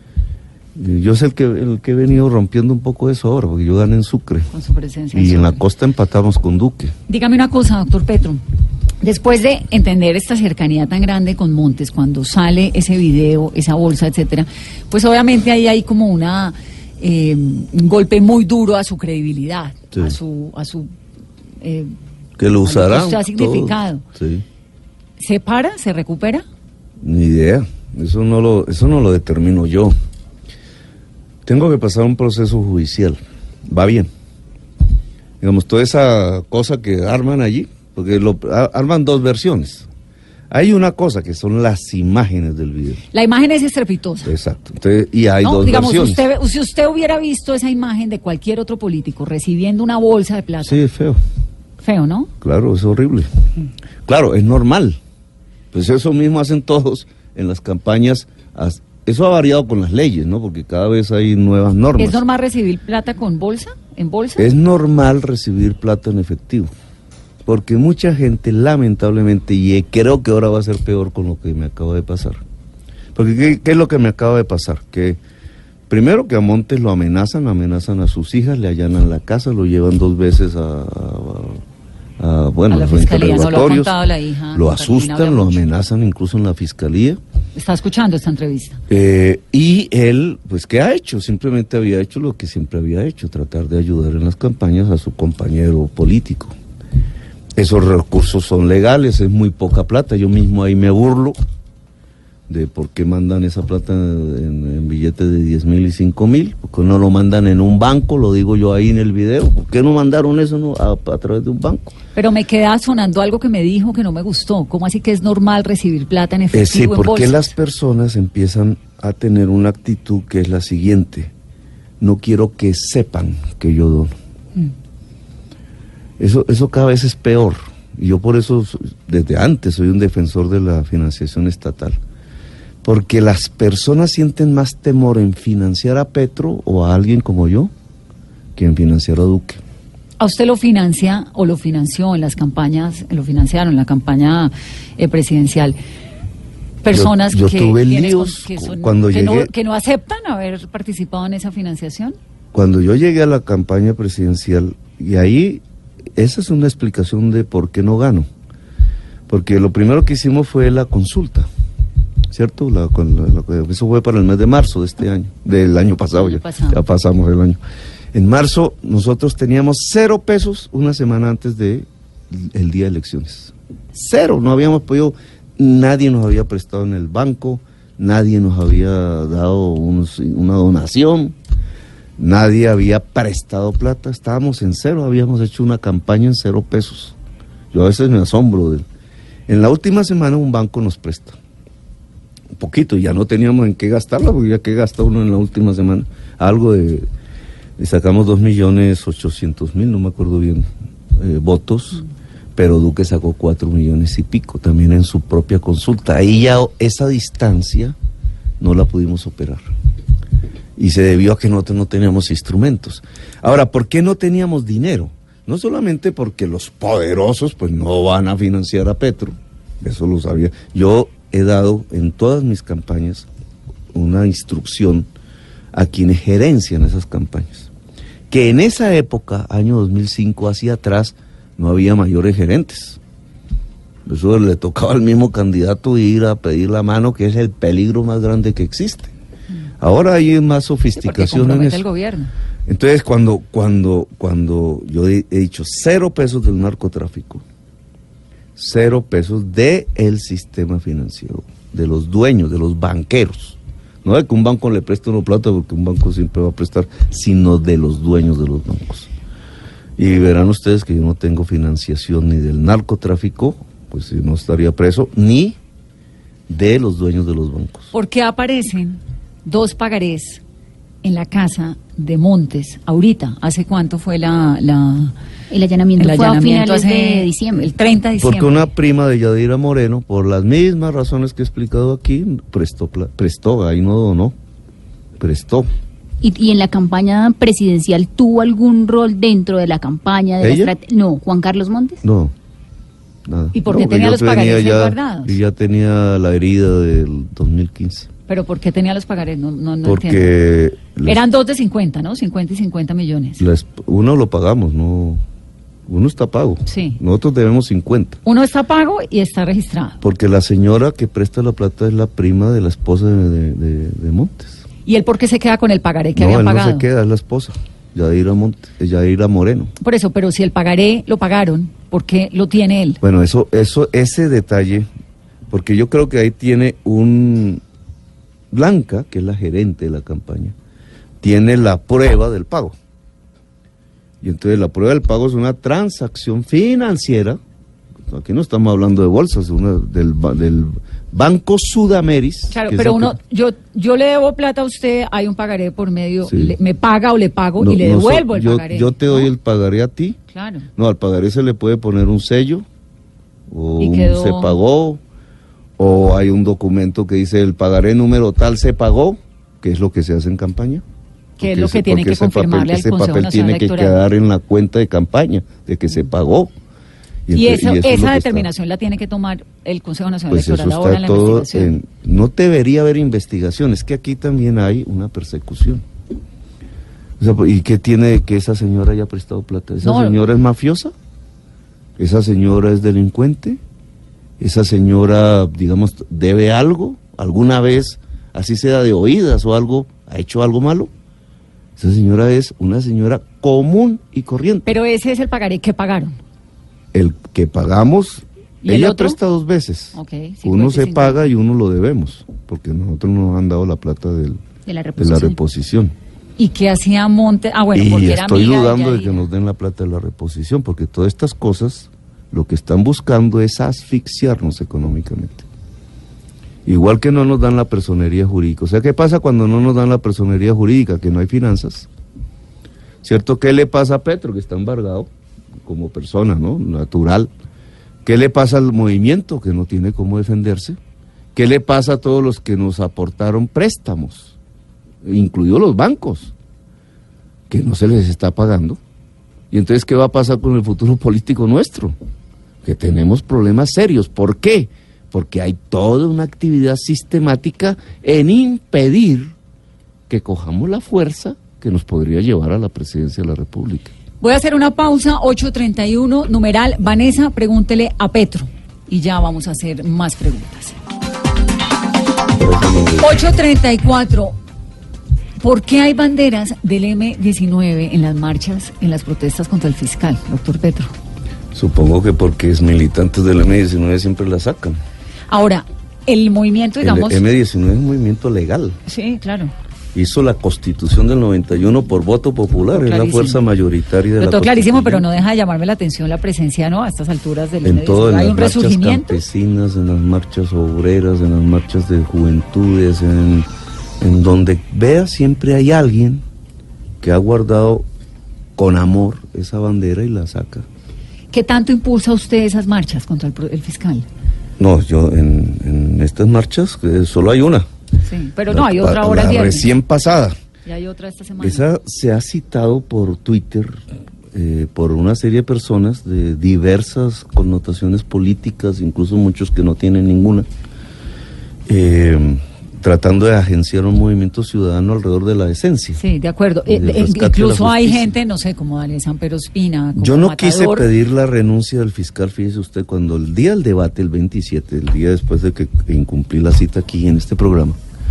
Speaker 6: Yo sé el que, el que he venido rompiendo un poco eso ahora, porque yo gané en Sucre.
Speaker 5: Con su presencia.
Speaker 6: Y en la costa empatamos con Duque.
Speaker 5: Dígame una cosa, doctor Petro. Después de entender esta cercanía tan grande con Montes, cuando sale ese video, esa bolsa, etcétera, pues obviamente ahí hay como una eh, un golpe muy duro a su credibilidad, sí. a su... A su eh,
Speaker 6: que lo usará.
Speaker 5: Que usted ha significado.
Speaker 6: Sí.
Speaker 5: ¿Se para? ¿Se recupera?
Speaker 6: Ni idea. Eso no lo, eso no lo determino yo. Tengo que pasar un proceso judicial. Va bien. Digamos, toda esa cosa que arman allí, porque lo, arman dos versiones. Hay una cosa que son las imágenes del video.
Speaker 5: La imagen es estrepitosa.
Speaker 6: Exacto. Entonces, y hay
Speaker 5: No,
Speaker 6: dos
Speaker 5: digamos,
Speaker 6: versiones.
Speaker 5: usted, si usted hubiera visto esa imagen de cualquier otro político recibiendo una bolsa de plata,
Speaker 6: Sí, es feo.
Speaker 5: feo, ¿no?
Speaker 6: Claro, es horrible. Claro, es normal. Pues eso mismo hacen todos en las campañas. As- Eso ha variado con las leyes, ¿no? Porque cada vez hay nuevas normas.
Speaker 5: ¿Es normal recibir plata con bolsa? ¿En bolsa?
Speaker 6: Es normal recibir plata en efectivo. Porque mucha gente, lamentablemente, y creo que ahora va a ser peor con lo que me acaba de pasar. Porque ¿qué, qué es lo que me acaba de pasar? Que primero que a Montes lo amenazan, amenazan a sus hijas, le allanan la casa, lo llevan dos veces a, a, a, bueno,
Speaker 5: A la
Speaker 6: los
Speaker 5: fiscalía, no lo ha
Speaker 6: interrogatorios,
Speaker 5: contado la hija,
Speaker 6: lo
Speaker 5: Catalina
Speaker 6: asustan, lo
Speaker 5: Mucho.
Speaker 6: amenazan incluso en la fiscalía.
Speaker 5: Está escuchando esta entrevista.
Speaker 6: Eh, y él, pues, ¿qué ha hecho? Simplemente había hecho lo que siempre había hecho, tratar de ayudar en las campañas a su compañero político. Esos recursos son legales, es muy poca plata. Yo mismo ahí me burlo de por qué mandan esa plata en, en billetes de diez mil y cinco mil, porque no lo mandan en un banco, lo digo yo ahí en el video. ¿Por qué no mandaron eso no, a, a través de un banco?
Speaker 5: Pero me queda sonando algo que me dijo que no me gustó. ¿Cómo así que es normal recibir plata en
Speaker 6: Eh,
Speaker 5: efectivo
Speaker 6: sí,
Speaker 5: en
Speaker 6: porque
Speaker 5: bolsas?
Speaker 6: las personas empiezan a tener una actitud que es la siguiente: no quiero que sepan que yo dono.
Speaker 5: Mm.
Speaker 6: Eso, eso cada vez es peor. Y yo por eso, desde antes, soy un defensor de la financiación estatal. Porque las personas sienten más temor en financiar a Petro o a alguien como yo que en financiar a Duque.
Speaker 5: ¿A usted lo financia o lo financió en las campañas, lo financiaron en la campaña eh, presidencial? Personas
Speaker 6: Yo- yo
Speaker 5: que,
Speaker 6: tuve
Speaker 5: quienes
Speaker 6: líos
Speaker 5: son- que, son-
Speaker 6: cuando
Speaker 5: que no,
Speaker 6: llegué-
Speaker 5: que no aceptan haber participado en esa financiación.
Speaker 6: Cuando yo llegué a la campaña presidencial, y ahí, esa es una explicación de por qué no gano. Porque lo primero que hicimos fue la consulta, ¿cierto? La, con la- la- eso fue para el mes de marzo de este año, del año pasado,
Speaker 5: Año
Speaker 6: ya,
Speaker 5: pasado.
Speaker 6: ya pasamos el año. En marzo nosotros teníamos cero pesos una semana antes de el día de elecciones. Cero, no habíamos podido, nadie nos había prestado en el banco, nadie nos había dado unos- una donación. Nadie había prestado plata, estábamos en cero, habíamos hecho una campaña en cero pesos. Yo a veces me asombro. De... En la última semana un banco nos presta. Un poquito, ya no teníamos en qué gastarla, porque ya que gasta uno en la última semana. Algo de... y sacamos dos millones ochocientos mil, no me acuerdo bien, eh, votos, pero Duque sacó cuatro millones y pico, también en su propia consulta. Ahí ya esa distancia no la pudimos operar. Y se debió a que nosotros no teníamos instrumentos. Ahora, ¿por qué no teníamos dinero? No solamente porque los poderosos pues no van a financiar a Petro, eso lo sabía. Yo he dado en todas mis campañas una instrucción a quienes gerencian esas campañas, que en esa época, año dos mil cinco, hacia atrás, no había mayores gerentes. Eso le tocaba al mismo candidato ir a pedir la mano, que es el peligro más grande que existe. Ahora hay más
Speaker 5: Sí, porque
Speaker 6: sofisticación en
Speaker 5: compromete
Speaker 6: eso.
Speaker 5: el gobierno.
Speaker 6: Entonces, cuando, cuando, cuando yo he, he dicho cero pesos del narcotráfico, cero pesos del sistema financiero, de los dueños, de los banqueros. No de que un banco le preste una plata, porque un banco siempre va a prestar, sino de los dueños de los bancos. Y verán ustedes que yo no tengo financiación ni del narcotráfico, pues si no estaría preso, ni de los dueños de los bancos.
Speaker 5: ¿Por qué aparecen dos pagarés en la casa de Montes ahorita? ¿Hace cuánto fue la, la
Speaker 7: El allanamiento
Speaker 5: el
Speaker 7: fue a
Speaker 5: allanamiento?
Speaker 7: finales
Speaker 5: Hace
Speaker 7: de diciembre.
Speaker 5: El treinta de diciembre.
Speaker 6: Porque una prima de Yadira Moreno, por las mismas razones que he explicado aquí, prestó, pla- prestó, ahí no donó, prestó.
Speaker 7: ¿Y, y en la campaña presidencial tuvo algún rol dentro de la campaña? De la
Speaker 6: ¿Ella?
Speaker 7: estrate- no, Juan Carlos Montes.
Speaker 6: No, nada.
Speaker 5: ¿Y por qué
Speaker 6: No,
Speaker 5: tenía
Speaker 6: yo
Speaker 5: los pagarés ahí
Speaker 6: ya,
Speaker 5: guardados?
Speaker 6: y ya tenía la herida del dos mil quince.
Speaker 5: ¿Pero por qué tenía los pagarés? No, no, no entiendo.
Speaker 6: Porque las-
Speaker 5: Eran dos de cincuenta, ¿no? cincuenta y cincuenta millones.
Speaker 6: las- uno lo pagamos, no, uno está pago.
Speaker 5: Sí.
Speaker 6: Nosotros debemos cincuenta.
Speaker 5: Uno está pago y está registrado.
Speaker 6: Porque la señora que presta la plata es la prima de la esposa de, de- de- de Montes.
Speaker 5: ¿Y él por qué se queda con el pagaré que
Speaker 6: No,
Speaker 5: había
Speaker 6: él
Speaker 5: pagado?
Speaker 6: no se queda, es la esposa, Yadira, Montes, Yadira Moreno.
Speaker 5: Por eso, pero si el pagaré lo pagaron, ¿por qué lo tiene él?
Speaker 6: Bueno, eso, eso, ese detalle, porque yo creo que ahí tiene un Blanca, que es la gerente de la campaña, tiene la prueba del pago. Y entonces la prueba del pago es una transacción financiera, aquí no estamos hablando de bolsas, una, del, del Banco Sudameris.
Speaker 5: Claro, pero uno, que... yo yo le debo plata a usted, hay un pagaré por medio, sí. le, me paga o le pago no, y le devuelvo no, el
Speaker 6: yo,
Speaker 5: pagaré.
Speaker 6: Yo te doy ¿no? el pagaré a ti.
Speaker 5: Claro.
Speaker 6: No, al pagaré se le puede poner un sello, o un
Speaker 5: quedó...
Speaker 6: se pagó, o hay un documento que dice el pagaré número tal se pagó, que es lo que se hace en campaña.
Speaker 5: Que es lo que tiene que confirmarle al Consejo
Speaker 6: Nacional Electoral. Ese papel tiene que quedar en la cuenta de campaña, de que se pagó.
Speaker 5: Y, y, eso, y eso esa determinación está. La tiene que tomar el Consejo Nacional
Speaker 6: pues
Speaker 5: Electoral
Speaker 6: eso
Speaker 5: ahora en la
Speaker 6: todo
Speaker 5: investigación.
Speaker 6: En, no debería haber investigación, es que aquí también hay una persecución. O sea, ¿y qué tiene que esa señora haya prestado plata? ¿Esa no, señora es mafiosa? ¿Esa señora es delincuente? ¿Esa señora, digamos, debe algo? ¿Alguna vez, así sea de oídas o algo, ha hecho algo malo? Esa señora es una señora común y corriente.
Speaker 5: Pero ese es el pagaré que pagaron.
Speaker 6: El que pagamos,
Speaker 5: ¿y
Speaker 6: ella
Speaker 5: el otro?
Speaker 6: presta dos veces.
Speaker 5: Okay,
Speaker 6: uno se paga y uno lo debemos, porque nosotros nos han dado la plata del,
Speaker 5: de, la reposición.
Speaker 6: de la reposición.
Speaker 5: ¿Y qué hacía Montes? Ah, bueno,
Speaker 6: y
Speaker 5: porque era
Speaker 6: estoy
Speaker 5: amiga
Speaker 6: dudando
Speaker 5: de,
Speaker 6: de que nos den la plata de la reposición, porque todas estas cosas lo que están buscando es asfixiarnos económicamente. Igual que no nos dan la personería jurídica. O sea, ¿qué pasa cuando no nos dan la personería jurídica? Que no hay finanzas. ¿Cierto? ¿Qué le pasa a Petro, que está embargado como persona, ¿no? Natural? ¿Qué le pasa al movimiento, que no tiene cómo defenderse? ¿Qué le pasa a todos los que nos aportaron préstamos, incluidos los bancos, que no se les está pagando? Y entonces, ¿qué va a pasar con el futuro político nuestro? Que tenemos problemas serios. ¿Por qué? Porque hay toda una actividad sistemática en impedir que cojamos la fuerza que nos podría llevar a la presidencia de la República.
Speaker 5: Voy a hacer una pausa, ocho treinta y uno, numeral, Vanessa, pregúntele a Petro. Y ya vamos a hacer más preguntas. ocho treinta y cuatro. ¿Por qué hay banderas del eme diecinueve en las marchas, en las protestas contra el fiscal, doctor Petro?
Speaker 6: Supongo que porque es militantes del eme diecinueve siempre la sacan.
Speaker 5: Ahora, el movimiento, digamos...
Speaker 6: El eme diecinueve es un movimiento legal.
Speaker 5: Sí, claro.
Speaker 6: Hizo la Constitución del noventa y uno por voto popular, es la fuerza mayoritaria de la
Speaker 5: Doctor, clarísimo, pero no deja de llamarme la atención la presencia, ¿no? A estas alturas del
Speaker 6: En todo, en
Speaker 5: hay
Speaker 6: las
Speaker 5: un
Speaker 6: marchas
Speaker 5: resurgimiento.
Speaker 6: campesinas, en las marchas obreras, en las marchas de juventudes, en, en donde vea siempre hay alguien que ha guardado con amor esa bandera y la saca.
Speaker 5: ¿Qué tanto impulsa usted esas marchas contra el, el fiscal?
Speaker 6: No, yo en, en estas marchas eh, solo hay una.
Speaker 5: Sí, pero no, hay otra hora
Speaker 6: la recién pasada.
Speaker 5: Y hay otra esta semana.
Speaker 6: Esa se ha citado por Twitter eh, por una serie de personas de diversas connotaciones políticas, incluso muchos que no tienen ninguna, eh, tratando de agenciar un movimiento ciudadano alrededor de la esencia.
Speaker 5: Sí, de acuerdo. Eh, de, incluso hay gente, no sé, como Daniel Sampero Espina. Como
Speaker 6: Yo no
Speaker 5: Matador.
Speaker 6: quise pedir la renuncia del fiscal, fíjese usted, cuando el día del debate, el veintisiete, el día después de que incumplí la cita aquí en este programa,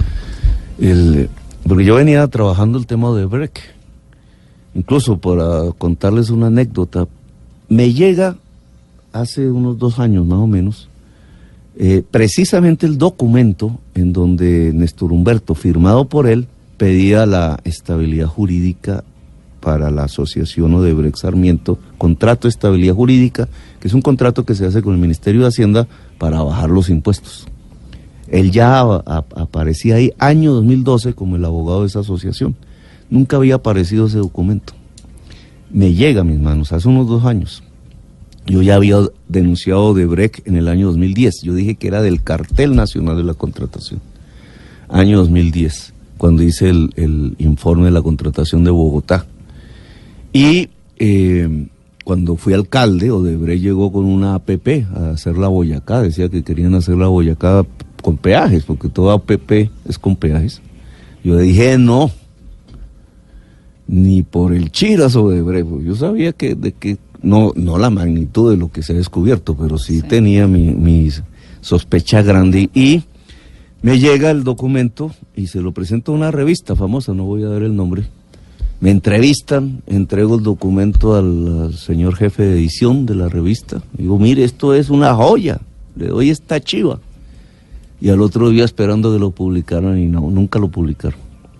Speaker 6: el, porque yo venía trabajando el tema de Brecht. Incluso para contarles una anécdota, me llega hace unos dos años más o menos, Eh, precisamente el documento en donde Néstor Humberto, firmado por él, pedía la estabilidad jurídica para la asociación Odebrecht Sarmiento, contrato de estabilidad jurídica, que es un contrato que se hace con el Ministerio de Hacienda para bajar los impuestos. Él ya a, a, aparecía ahí año dos mil doce como el abogado de esa asociación. Nunca había aparecido ese documento. Me llega a mis manos hace unos dos años. Yo ya había denunciado Odebrecht en el año dos mil diez. Yo dije que era del cartel nacional de la contratación. Año dos mil diez, cuando hice el, el informe de la contratación de Bogotá. Y eh, cuando fui alcalde, Odebrecht llegó con una A P P a hacer la Boyacá. Decía que querían hacer la Boyacá con peajes, porque toda A P P es con peajes. Yo le dije no, ni por el chiras Odebrecht. Yo sabía que de que No, no la magnitud de lo que se ha descubierto, pero sí, sí. tenía mi, mi sospecha grande. Y me llega el documento y se lo presento a una revista famosa, no voy a dar el nombre. Me entrevistan, entrego el documento al, al señor jefe de edición de la revista. Digo, mire, esto es una joya, le doy esta chiva. Y al otro día esperando que lo publicaran y no, nunca lo publicaron.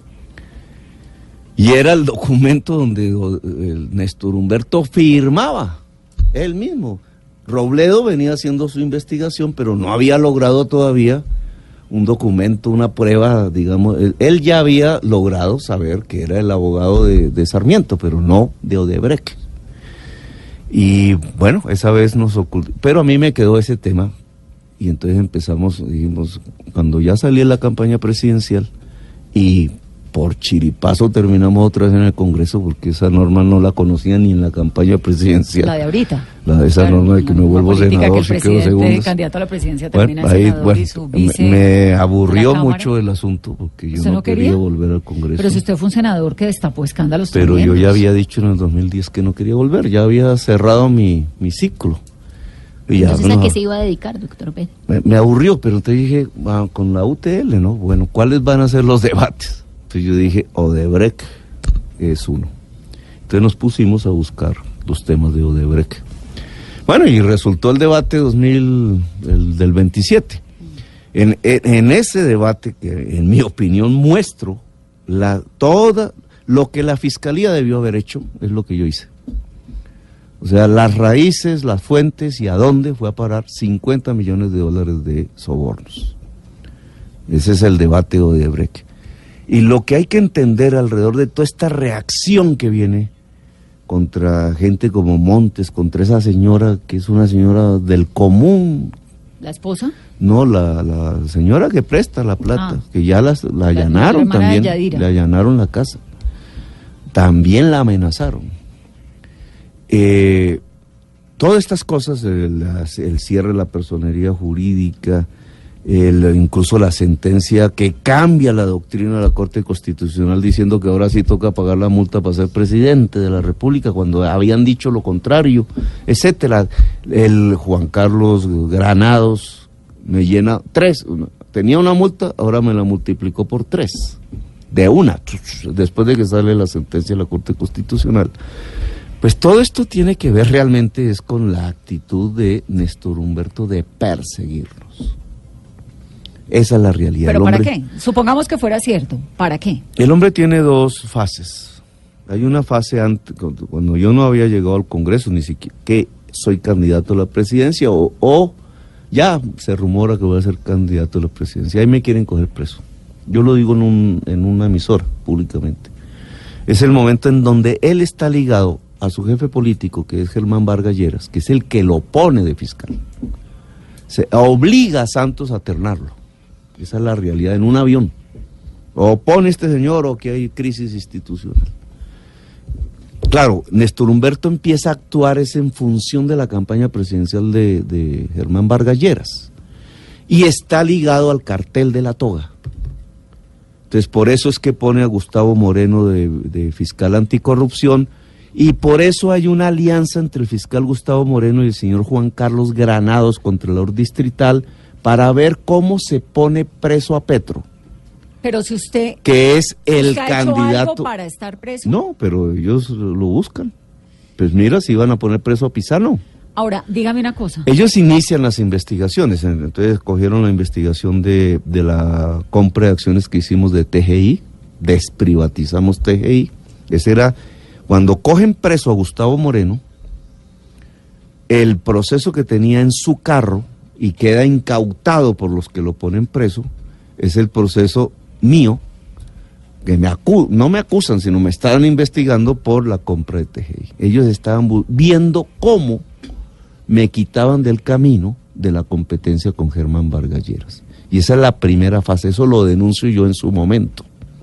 Speaker 6: Y era el documento donde el Néstor Humberto firmaba, él mismo, Robledo venía haciendo su investigación, pero no había logrado todavía un documento, una prueba, digamos. Él, él ya había logrado saber que era el abogado de, de Sarmiento, pero no de Odebrecht. Y bueno, esa vez nos ocultó, pero a mí me quedó ese tema, y entonces empezamos, dijimos, cuando ya salí en la campaña presidencial, y por chiripazo terminamos otra vez en el Congreso, porque esa norma no la conocía ni en la campaña presidencial.
Speaker 5: La de ahorita.
Speaker 6: La de esa
Speaker 5: Claro,
Speaker 6: norma de que me vuelvo senador si quedo segundo.
Speaker 5: El candidato a la presidencia termina
Speaker 6: Bueno, ahí,
Speaker 5: senador
Speaker 6: bueno,
Speaker 5: y su vice
Speaker 6: me, me aburrió
Speaker 5: en la
Speaker 6: mucho el asunto, porque yo
Speaker 5: ¿Usted
Speaker 6: no,
Speaker 5: no
Speaker 6: quería?
Speaker 5: quería
Speaker 6: volver al Congreso.
Speaker 5: Pero si usted fue un senador que destapó escándalos
Speaker 6: Pero
Speaker 5: tremendos.
Speaker 6: yo ya había dicho en el dos mil diez que no quería volver, ya había cerrado mi, mi ciclo. Y ya,
Speaker 7: Entonces,
Speaker 6: bueno,
Speaker 7: ¿a qué se iba a dedicar, doctor Pedro?
Speaker 6: me, me aburrió, pero entonces dije, ah, con la U T L, ¿no? Bueno, ¿cuáles van a ser los debates? Entonces yo dije, Odebrecht es uno. Entonces nos pusimos a buscar los temas de Odebrecht. Bueno, y resultó el debate dos mil, el del veintisiete. En, en, en ese debate, que en mi opinión muestro la, toda lo que la Fiscalía debió haber hecho, es lo que yo hice. O sea, las raíces, las fuentes y a dónde fue a parar cincuenta millones de dólares de sobornos. Ese es el debate de Odebrecht. Y lo que hay que entender alrededor de toda esta reacción que viene contra gente como Montes, contra esa señora que es una señora del común.
Speaker 5: ¿La esposa?
Speaker 6: No, la, la señora que presta la plata,
Speaker 5: Ah.
Speaker 6: que ya las, la allanaron
Speaker 5: la hermana de
Speaker 6: también,
Speaker 5: Yadira.
Speaker 6: le allanaron la casa. También la amenazaron. Eh, todas estas cosas, el, las- el cierre de la personería jurídica, el, incluso la sentencia que cambia la doctrina de la Corte Constitucional diciendo que ahora sí toca pagar la multa para ser presidente de la República cuando habían dicho lo contrario, etcétera. El Juan Carlos Granados me llena tres, una- tenía una multa, ahora me la multiplicó por tres, de una, después de que sale la sentencia de la Corte Constitucional. Pues todo esto tiene que ver realmente es con la actitud de Néstor Humberto de perseguirnos. Esa es la realidad.
Speaker 5: ¿Pero
Speaker 6: El
Speaker 5: para
Speaker 6: hombre-
Speaker 5: qué? Supongamos que fuera cierto. ¿Para qué?
Speaker 6: El hombre tiene dos fases. Hay una fase antes, cuando- cuando yo no había llegado al Congreso, ni siquiera que soy candidato a la presidencia, o, o ya se rumora que voy a ser candidato a la presidencia. Ahí me quieren coger preso. Yo lo digo en, un, en una emisora, públicamente. Es el momento en donde él está ligado a su jefe político, que es Germán Vargas Lleras, que es el que lo pone de fiscal. Se obliga a Santos a ternarlo. Esa es la realidad en un avión. O pone este señor o que hay crisis institucional. Claro, Néstor Humberto empieza a actuar es en función de la campaña presidencial de, de Germán Vargas Lleras. Y está ligado al cartel de la toga. Entonces, por eso es que pone a Gustavo Moreno de, de fiscal anticorrupción, y por eso hay una alianza entre el fiscal Gustavo Moreno y el señor Juan Carlos Granados, contralor distrital, para ver cómo se pone preso a Petro,
Speaker 5: Pero si usted...
Speaker 6: que es el
Speaker 5: ¿usted ha hecho
Speaker 6: candidato...
Speaker 5: algo para estar preso?
Speaker 6: No, pero ellos lo buscan. Pues mira, si iban a poner preso a Pisano.
Speaker 5: Ahora, dígame una cosa.
Speaker 6: Ellos inician las investigaciones, entonces cogieron la investigación de, de la compra de acciones que hicimos de T G I, desprivatizamos T G I, ese era, cuando cogen preso a Gustavo Moreno, el proceso que tenía en su carro y queda incautado por los que lo ponen preso, es el proceso mío, que me acu no me acusan, sino me estaban investigando por la compra de T G I. Ellos estaban viendo cómo me quitaban del camino de la competencia con Germán Vargas Lleras. Y esa es la primera fase, eso lo denuncio yo en su momento.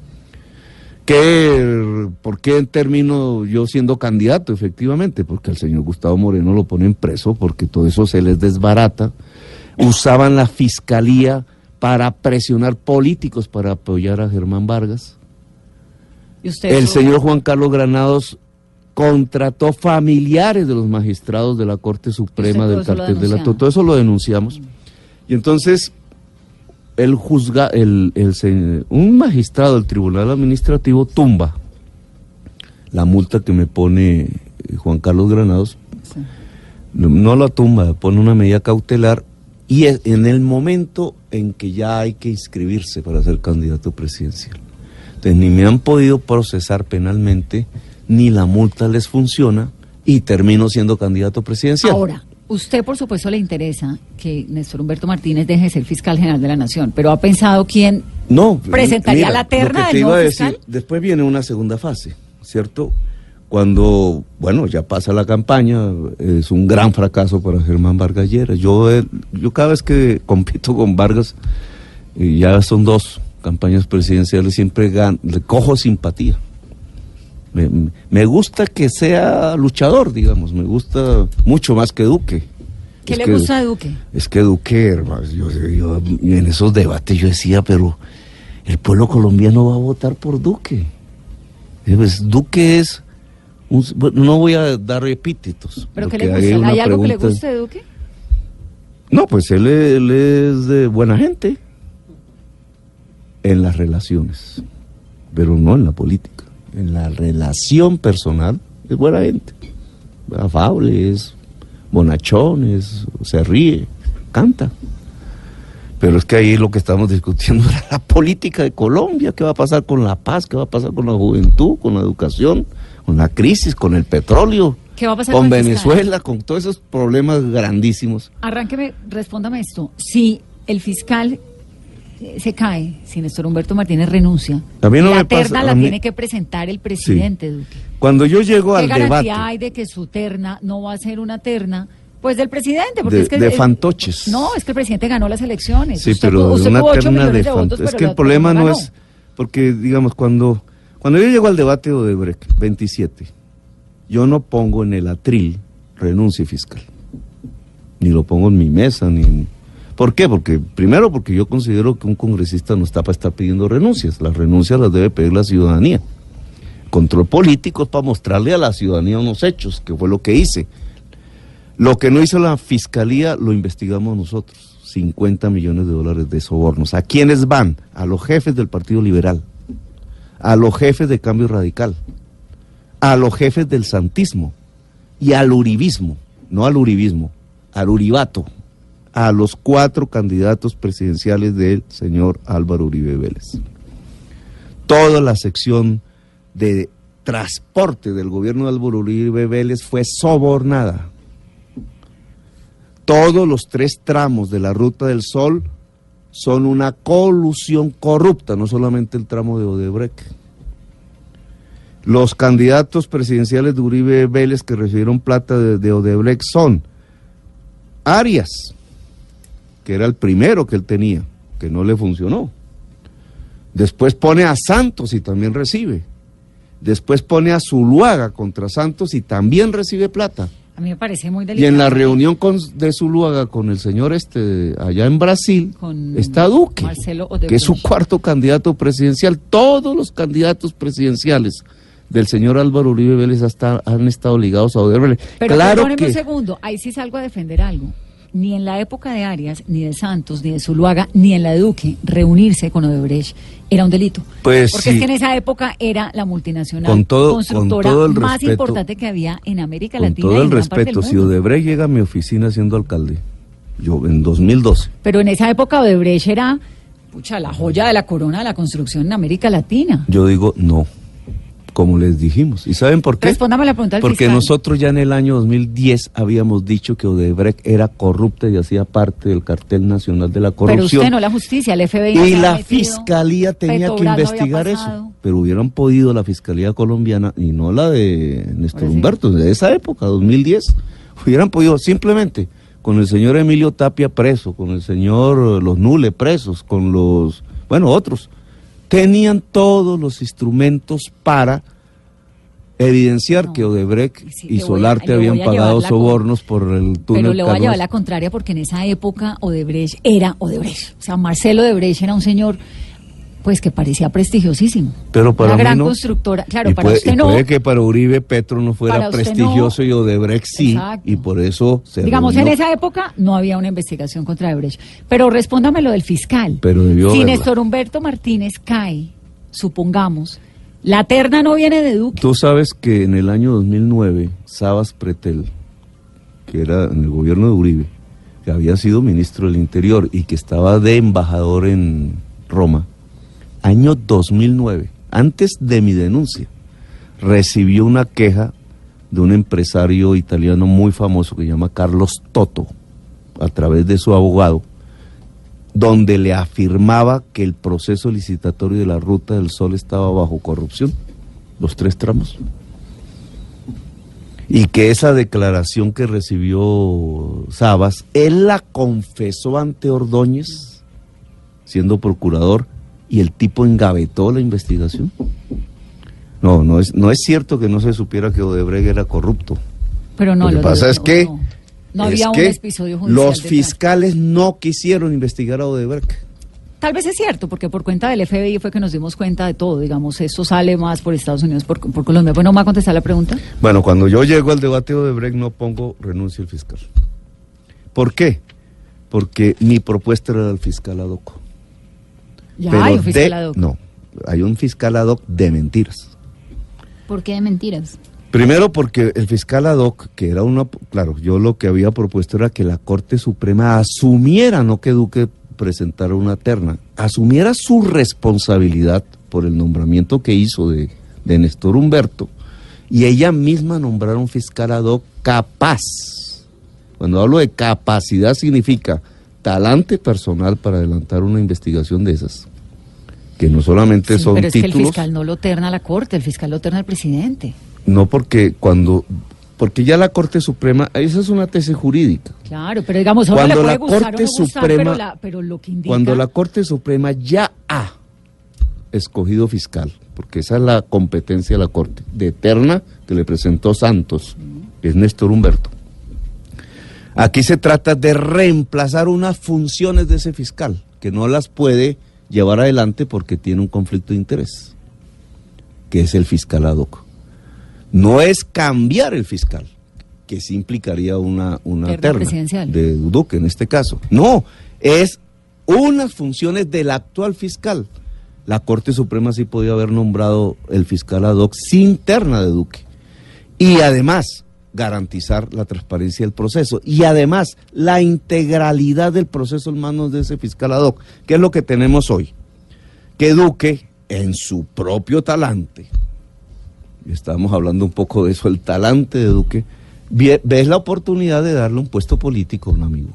Speaker 6: ¿Qué, ¿Por qué termino yo siendo candidato? Efectivamente, porque al señor Gustavo Moreno lo ponen preso, porque todo eso se les desbarata. Usaban la fiscalía para presionar políticos para apoyar a Germán Vargas.
Speaker 5: ¿Y usted
Speaker 6: El
Speaker 5: eso-
Speaker 6: señor Juan Carlos Granados contrató familiares de los magistrados de la Corte Suprema
Speaker 5: todo
Speaker 6: del
Speaker 5: eso lo
Speaker 6: cartel de la
Speaker 5: denunciaron.
Speaker 6: todo eso lo denunciamos. Y entonces el juzga el, el se- un magistrado del Tribunal Administrativo tumba la multa que me pone eh, Juan Carlos Granados.
Speaker 5: Sí.
Speaker 6: No, no la tumba, pone una medida cautelar, y es en el momento en que ya hay que inscribirse para ser candidato presidencial. Entonces ni me han podido procesar penalmente, ni la multa les funciona, y termino siendo candidato presidencial.
Speaker 5: Ahora, Usted, por supuesto, le interesa que Néstor Humberto Martínez deje de ser fiscal general de la Nación, pero ¿ha pensado quién
Speaker 6: no,
Speaker 5: presentaría
Speaker 6: mira,
Speaker 5: la terna
Speaker 6: lo que te
Speaker 5: del
Speaker 6: iba
Speaker 5: nuevo
Speaker 6: a
Speaker 5: fiscal?
Speaker 6: decir, después viene una segunda fase, ¿cierto? Cuando, bueno, ya pasa la campaña, es un gran fracaso para Germán Vargas Lleras. Yo, eh, yo cada vez que compito con Vargas, y ya son dos campañas presidenciales, siempre gan- le cojo simpatía. Me, me gusta que sea luchador, digamos, me gusta mucho más que Duque.
Speaker 5: ¿Qué
Speaker 6: Es
Speaker 5: le
Speaker 6: que-
Speaker 5: gusta de Duque?
Speaker 6: Es que Duque, hermano, yo, yo- en esos debates yo decía, pero el pueblo colombiano va a votar por Duque. Pues, Duque es, un- bueno, no voy a dar epítetos.
Speaker 5: ¿Pero qué
Speaker 6: porque
Speaker 5: le
Speaker 6: hay
Speaker 5: gusta?
Speaker 6: una
Speaker 5: ¿Hay algo que le
Speaker 6: pregunta-
Speaker 5: guste de Duque?
Speaker 6: No, pues él, él es de buena gente en las relaciones, pero no en la política. En la relación personal es buena gente, afable, es bonachón, es, se ríe, canta. Pero es que ahí lo que estamos discutiendo era la política de Colombia, qué va a pasar con la paz, qué va a pasar con la juventud, con la educación, con la crisis, con el petróleo,
Speaker 5: ¿Qué va a pasar
Speaker 6: con
Speaker 5: con el fiscal?
Speaker 6: Venezuela, con todos esos problemas grandísimos.
Speaker 5: Arránqueme, respóndame esto. Si el fiscal eh, se cae, si Néstor Humberto Martínez renuncia,
Speaker 6: A mí no
Speaker 5: la
Speaker 6: me pasa-
Speaker 5: terna
Speaker 6: a
Speaker 5: la
Speaker 6: mí-
Speaker 5: tiene que presentar el presidente Duque.
Speaker 6: Cuando yo llego
Speaker 5: ¿Qué
Speaker 6: al
Speaker 5: garantía
Speaker 6: debate
Speaker 5: hay de que su terna no va a ser una terna, pues, del presidente? Porque
Speaker 6: de,
Speaker 5: es que
Speaker 6: de
Speaker 5: eh,
Speaker 6: fantoches.
Speaker 5: No, es que el presidente ganó las elecciones.
Speaker 6: Sí,
Speaker 5: Usted
Speaker 6: pero
Speaker 5: tu- usted
Speaker 6: una
Speaker 5: tuvo ocho
Speaker 6: terna
Speaker 5: millones
Speaker 6: de
Speaker 5: de votos,
Speaker 6: fantoches. Es
Speaker 5: pero
Speaker 6: que el
Speaker 5: la-
Speaker 6: problema
Speaker 5: pero
Speaker 6: no
Speaker 5: ganó.
Speaker 6: es, porque digamos, cuando, cuando yo llego al debate de Odebrecht, veintisiete, yo no pongo en el atril renuncie fiscal. Ni lo pongo en mi mesa, ni en... ¿Por qué? Porque, primero, porque yo considero que un congresista no está para estar pidiendo renuncias. Las renuncias las debe pedir la ciudadanía. Control político es para mostrarle a la ciudadanía unos hechos, que fue lo que hice. Lo que no hizo la fiscalía lo investigamos nosotros. cincuenta millones de dólares de sobornos. ¿A quiénes van? A los jefes del Partido Liberal, a los jefes de Cambio Radical, a los jefes del santismo y al uribismo, no al uribismo, al uribato, a los cuatro candidatos presidenciales del señor Álvaro Uribe Vélez. Toda la sección de transporte del gobierno de Álvaro Uribe Vélez fue sobornada. Todos los tres tramos de la Ruta del Sol son una colusión corrupta, no solamente el tramo de Odebrecht. Los candidatos presidenciales de Uribe Vélez que recibieron plata de, de Odebrecht son Arias, que era el primero que él tenía, que no le funcionó. Después pone a Santos y también recibe. Después pone a Zuluaga contra Santos y también recibe plata.
Speaker 5: A mí me parece muy
Speaker 6: Y
Speaker 5: delicado.
Speaker 6: en la reunión con, de Zuluaga con el señor este allá en Brasil,
Speaker 5: Con
Speaker 6: está Duque,
Speaker 5: Marcelo Odebrecht,
Speaker 6: que es su cuarto candidato presidencial. Todos los candidatos presidenciales del señor Álvaro Uribe Vélez hasta, han estado ligados a Odebrecht.
Speaker 5: Pero
Speaker 6: claro
Speaker 5: perdóneme
Speaker 6: que
Speaker 5: un segundo, ahí sí salgo a defender algo. Ni en la época de Arias, ni de Santos, ni de Zuluaga, ni en la de Duque, reunirse con Odebrecht era un delito.
Speaker 6: Pues
Speaker 5: Porque
Speaker 6: sí.
Speaker 5: es que en esa época era la multinacional
Speaker 6: Con todo-
Speaker 5: constructora
Speaker 6: con todo el
Speaker 5: más
Speaker 6: respeto-
Speaker 5: importante que había en América
Speaker 6: con
Speaker 5: Latina.
Speaker 6: todo
Speaker 5: y
Speaker 6: el
Speaker 5: en gran parte del
Speaker 6: respeto, si
Speaker 5: mundo.
Speaker 6: Odebrecht llega a mi oficina siendo alcalde, yo en dos mil doce,
Speaker 5: Pero en esa época Odebrecht era, pucha, la joya de la corona de la construcción en América Latina.
Speaker 6: yo digo no, como les dijimos. ¿Y saben por qué?
Speaker 5: Respóndame la pregunta del
Speaker 6: Porque
Speaker 5: fiscal.
Speaker 6: nosotros ya en el año dos mil diez habíamos dicho que Odebrecht era corrupta y hacía parte del cartel nacional de la corrupción.
Speaker 5: Pero usted no, la justicia, el F B I.
Speaker 6: Y
Speaker 5: había
Speaker 6: la
Speaker 5: metido,
Speaker 6: fiscalía tenía
Speaker 5: Petrobras
Speaker 6: que
Speaker 5: no había
Speaker 6: investigar
Speaker 5: pasado.
Speaker 6: eso. Pero hubieran podido la fiscalía colombiana, y no la de Néstor
Speaker 5: Ahora sí.
Speaker 6: Humberto, de esa época, dos mil diez, hubieran podido simplemente con el señor Emilio Tapia preso, con el señor eh, Los Nule presos, con los, bueno, otros. Tenían todos los instrumentos para evidenciar
Speaker 5: No.
Speaker 6: que Odebrecht
Speaker 5: Sí,
Speaker 6: y
Speaker 5: le voy a-
Speaker 6: Solarte
Speaker 5: le voy
Speaker 6: habían
Speaker 5: a llevar
Speaker 6: pagado
Speaker 5: la
Speaker 6: sobornos por el túnel
Speaker 5: Pero le voy a llevar
Speaker 6: Canoas.
Speaker 5: la contraria porque en esa época Odebrecht era Odebrecht. O sea, Marcelo Odebrecht era un señor, pues, que parecía prestigiosísimo.
Speaker 6: Pero para
Speaker 5: Una
Speaker 6: mí
Speaker 5: gran
Speaker 6: no.
Speaker 5: constructora. Claro,
Speaker 6: Y
Speaker 5: para
Speaker 6: puede,
Speaker 5: usted
Speaker 6: y
Speaker 5: no.
Speaker 6: puede que para Uribe Petro no fuera
Speaker 5: Para usted
Speaker 6: prestigioso
Speaker 5: no.
Speaker 6: y Odebrecht sí,
Speaker 5: Exacto.
Speaker 6: y por eso se
Speaker 5: Digamos,
Speaker 6: reunió.
Speaker 5: en esa época no había una investigación contra Odebrecht. Pero respóndame lo del fiscal.
Speaker 6: Pero debió
Speaker 5: si
Speaker 6: haberla.
Speaker 5: Néstor Humberto Martínez cae, supongamos, la terna no viene de Duque.
Speaker 6: Tú sabes que en el año dos mil nueve, Sabas Pretel, que era en el gobierno de Uribe, que había sido ministro del Interior y que estaba de embajador en Roma, año dos mil nueve, antes de mi denuncia, recibió una queja de un empresario italiano muy famoso que se llama Carlos Toto, a través de su abogado, donde le afirmaba que el proceso licitatorio de la Ruta del Sol estaba bajo corrupción, los tres tramos, y que esa declaración que recibió Sabas, él la confesó ante Ordóñez, siendo procurador, y el tipo engavetó la investigación. No, no es, no es cierto que no se supiera que Odebrecht era corrupto.
Speaker 5: Pero no,
Speaker 6: lo que
Speaker 5: lo
Speaker 6: pasa
Speaker 5: de-
Speaker 6: es que,
Speaker 5: no, no
Speaker 6: es
Speaker 5: había un
Speaker 6: que
Speaker 5: episodio judicial
Speaker 6: los
Speaker 5: detrás.
Speaker 6: fiscales no quisieron investigar a Odebrecht.
Speaker 5: Tal vez es cierto, porque por cuenta del F B I fue que nos dimos cuenta de todo, digamos, eso sale más por Estados Unidos, por, por Colombia. Bueno, ¿me va a contestar la pregunta?
Speaker 6: Bueno, cuando yo llego al debate de Odebrecht no pongo renuncia al fiscal. ¿Por qué? Porque mi propuesta era el fiscal ad hoc.
Speaker 5: Ya
Speaker 6: Pero
Speaker 5: hay un fiscal
Speaker 6: de-
Speaker 5: ad hoc.
Speaker 6: No, hay un fiscal ad hoc de mentiras.
Speaker 7: ¿Por qué de mentiras?
Speaker 6: Primero porque el fiscal ad hoc, que era una... Claro, yo lo que había propuesto era que la Corte Suprema asumiera, no que Duque presentara una terna, asumiera su responsabilidad por el nombramiento que hizo de, de Néstor Humberto, y ella misma nombrara un fiscal ad hoc capaz. Cuando hablo de capacidad significa talante personal para adelantar una investigación de esas, que no solamente
Speaker 5: Sí,
Speaker 6: son
Speaker 5: pero es que el
Speaker 6: títulos...
Speaker 5: fiscal no lo terna la Corte, el fiscal lo terna el presidente.
Speaker 6: No, porque cuando, porque ya la Corte Suprema, esa es una tesis jurídica.
Speaker 5: Claro, pero digamos, ahora
Speaker 6: Cuando
Speaker 5: le puede
Speaker 6: la
Speaker 5: gustar
Speaker 6: Corte
Speaker 5: o no gustar,
Speaker 6: Suprema-
Speaker 5: pero, la- pero lo que indica...
Speaker 6: Cuando la Corte Suprema ya ha escogido fiscal, porque esa es la competencia de la Corte, de terna que le presentó Santos, que es Néstor Humberto. Aquí se trata de reemplazar unas funciones de ese fiscal, que no las puede llevar adelante porque tiene un conflicto de interés, que es el fiscal ad hoc. No es cambiar el fiscal, que sí implicaría una, una
Speaker 5: Terna
Speaker 6: terna
Speaker 5: presidencial.
Speaker 6: de Duque en este caso. No, es unas funciones del actual fiscal. La Corte Suprema sí podía haber nombrado el fiscal ad hoc sin terna de Duque. Y además, garantizar la transparencia del proceso. Y además, la integralidad del proceso en manos de ese fiscal ad hoc, que es lo que tenemos hoy. Que Duque, en su propio talante, y estamos hablando un poco de eso, el talante de Duque, ve- ves la oportunidad de darle un puesto político a un amigo.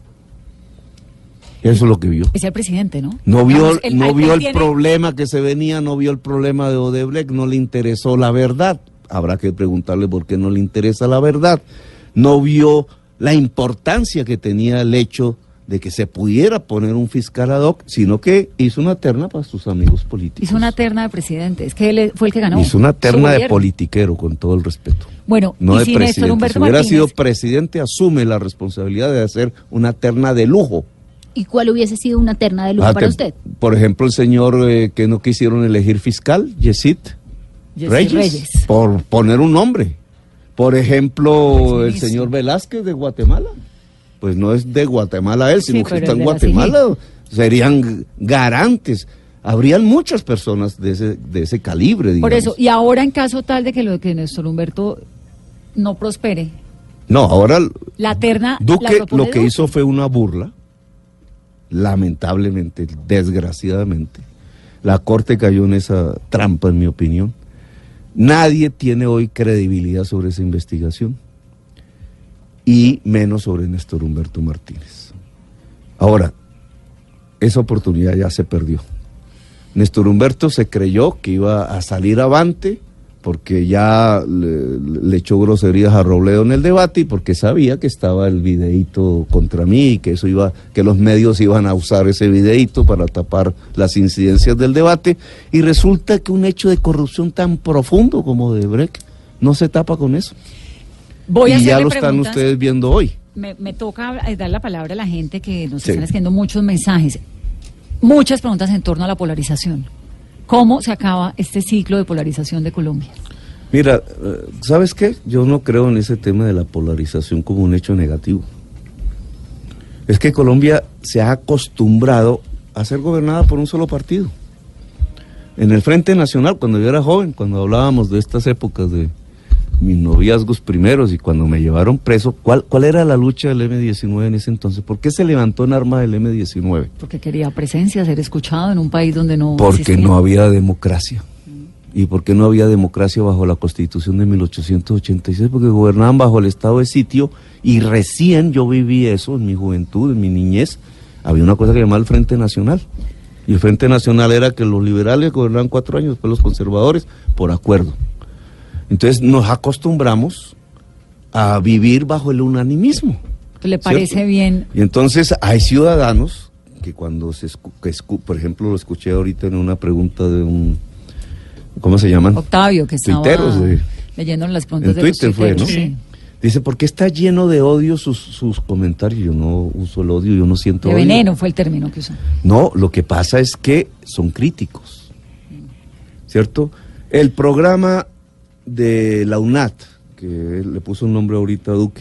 Speaker 6: Eso es lo que vio.
Speaker 5: Es el presidente, ¿no?
Speaker 6: No vio,
Speaker 5: Digamos, él-
Speaker 6: no
Speaker 5: él
Speaker 6: vio el
Speaker 5: tiene-
Speaker 6: problema que se venía, no vio el problema de Odebrecht, no le interesó la verdad. Habrá que preguntarle por qué no le interesa la verdad. No vio la importancia que tenía el hecho de que se pudiera poner un fiscal ad hoc, sino que hizo una terna para sus amigos políticos.
Speaker 5: Hizo una terna de presidente, es que él fue el que ganó.
Speaker 6: Hizo una
Speaker 5: su
Speaker 6: terna de
Speaker 5: gobierno.
Speaker 6: politiquero, con todo el respeto.
Speaker 5: Bueno,
Speaker 6: No
Speaker 5: y
Speaker 6: de
Speaker 5: si Néstor
Speaker 6: presidente.
Speaker 5: Humberto
Speaker 6: Si hubiera
Speaker 5: Martínez,
Speaker 6: sido presidente, asume la responsabilidad de hacer una terna de lujo.
Speaker 7: ¿Y cuál hubiese sido una terna de lujo
Speaker 6: Ah,
Speaker 7: para
Speaker 6: que,
Speaker 7: usted?
Speaker 6: Por ejemplo, el señor eh, que no quisieron elegir fiscal, Yesid
Speaker 5: Yesid
Speaker 6: Reyes,
Speaker 5: Reyes.
Speaker 6: por poner un nombre. Por ejemplo, el
Speaker 5: Exministro.
Speaker 6: señor Velázquez de Guatemala. Pues no es de Guatemala él,
Speaker 5: Sí,
Speaker 6: sino que
Speaker 5: pero
Speaker 6: está
Speaker 5: el
Speaker 6: en
Speaker 5: de la
Speaker 6: Guatemala. Serían garantes. Habrían muchas personas de ese, de ese calibre, digamos.
Speaker 5: Por eso, y ahora en caso tal de que lo de que Néstor Humberto no prospere,
Speaker 6: No, ahora
Speaker 5: la terna la
Speaker 6: Duque
Speaker 5: propone
Speaker 6: lo que
Speaker 5: Duque.
Speaker 6: hizo fue una burla, lamentablemente, desgraciadamente. La Corte cayó en esa trampa, en mi opinión. Nadie tiene hoy credibilidad sobre esa investigación, y menos sobre Néstor Humberto Martínez. Ahora, esa oportunidad ya se perdió. Néstor Humberto se creyó que iba a salir avante porque ya le, le echó groserías a Robledo en el debate y porque sabía que estaba el videíto contra mí y que eso iba, que los medios iban a usar ese videíto para tapar las incidencias del debate, y resulta que un hecho de corrupción tan profundo como de Brecht no se tapa con eso.
Speaker 5: Voy a
Speaker 6: y ya
Speaker 5: hacerle
Speaker 6: lo están
Speaker 5: preguntas.
Speaker 6: ustedes viendo hoy.
Speaker 5: Me, me toca eh, dar la palabra a la gente que nos
Speaker 6: Sí.
Speaker 5: están escribiendo muchos mensajes, muchas preguntas en torno a la polarización. ¿Cómo se acaba este ciclo de polarización de Colombia?
Speaker 6: Mira, eh, ¿sabes qué? Yo no creo en ese tema de la polarización como un hecho negativo. Es que Colombia se ha acostumbrado a ser gobernada por un solo partido. En el Frente Nacional, cuando yo era joven, cuando hablábamos de estas épocas de mis noviazgos primeros y cuando me llevaron preso, ¿cuál, cuál era la lucha del eme diecinueve en ese entonces? ¿Por qué se levantó en armas el eme diecinueve?
Speaker 5: Porque quería presencia, ser escuchado en un país donde no
Speaker 6: Porque
Speaker 5: existía.
Speaker 6: no había democracia. ¿Y por qué no había democracia bajo la Constitución de mil ochocientos ochenta y seis? Porque gobernaban bajo el estado de sitio y recién yo viví eso en mi juventud, en mi niñez. Había una cosa que llamaba el Frente Nacional. Y el Frente Nacional era que los liberales gobernaban cuatro años, después los conservadores, por acuerdo. Entonces nos acostumbramos a vivir bajo el unanimismo.
Speaker 5: ¿Le parece
Speaker 6: ¿cierto?
Speaker 5: bien?
Speaker 6: Y entonces hay ciudadanos que cuando se escu que escu por ejemplo, lo escuché ahorita en una pregunta de un, ¿cómo se llaman?
Speaker 5: Octavio, que estaba
Speaker 6: Tuiteros de,
Speaker 5: leyendo las preguntas
Speaker 6: en
Speaker 5: de
Speaker 6: Twitter
Speaker 5: los
Speaker 6: fue, ¿no?
Speaker 5: Sí.
Speaker 6: Dice, ¿por qué está lleno de odio sus, sus comentarios? Yo no uso el odio, yo no siento
Speaker 5: De
Speaker 6: odio.
Speaker 5: veneno fue el término que usó.
Speaker 6: No, lo que pasa es que son críticos, ¿cierto? El programa de la U N A T, que le puso un nombre ahorita a Duque,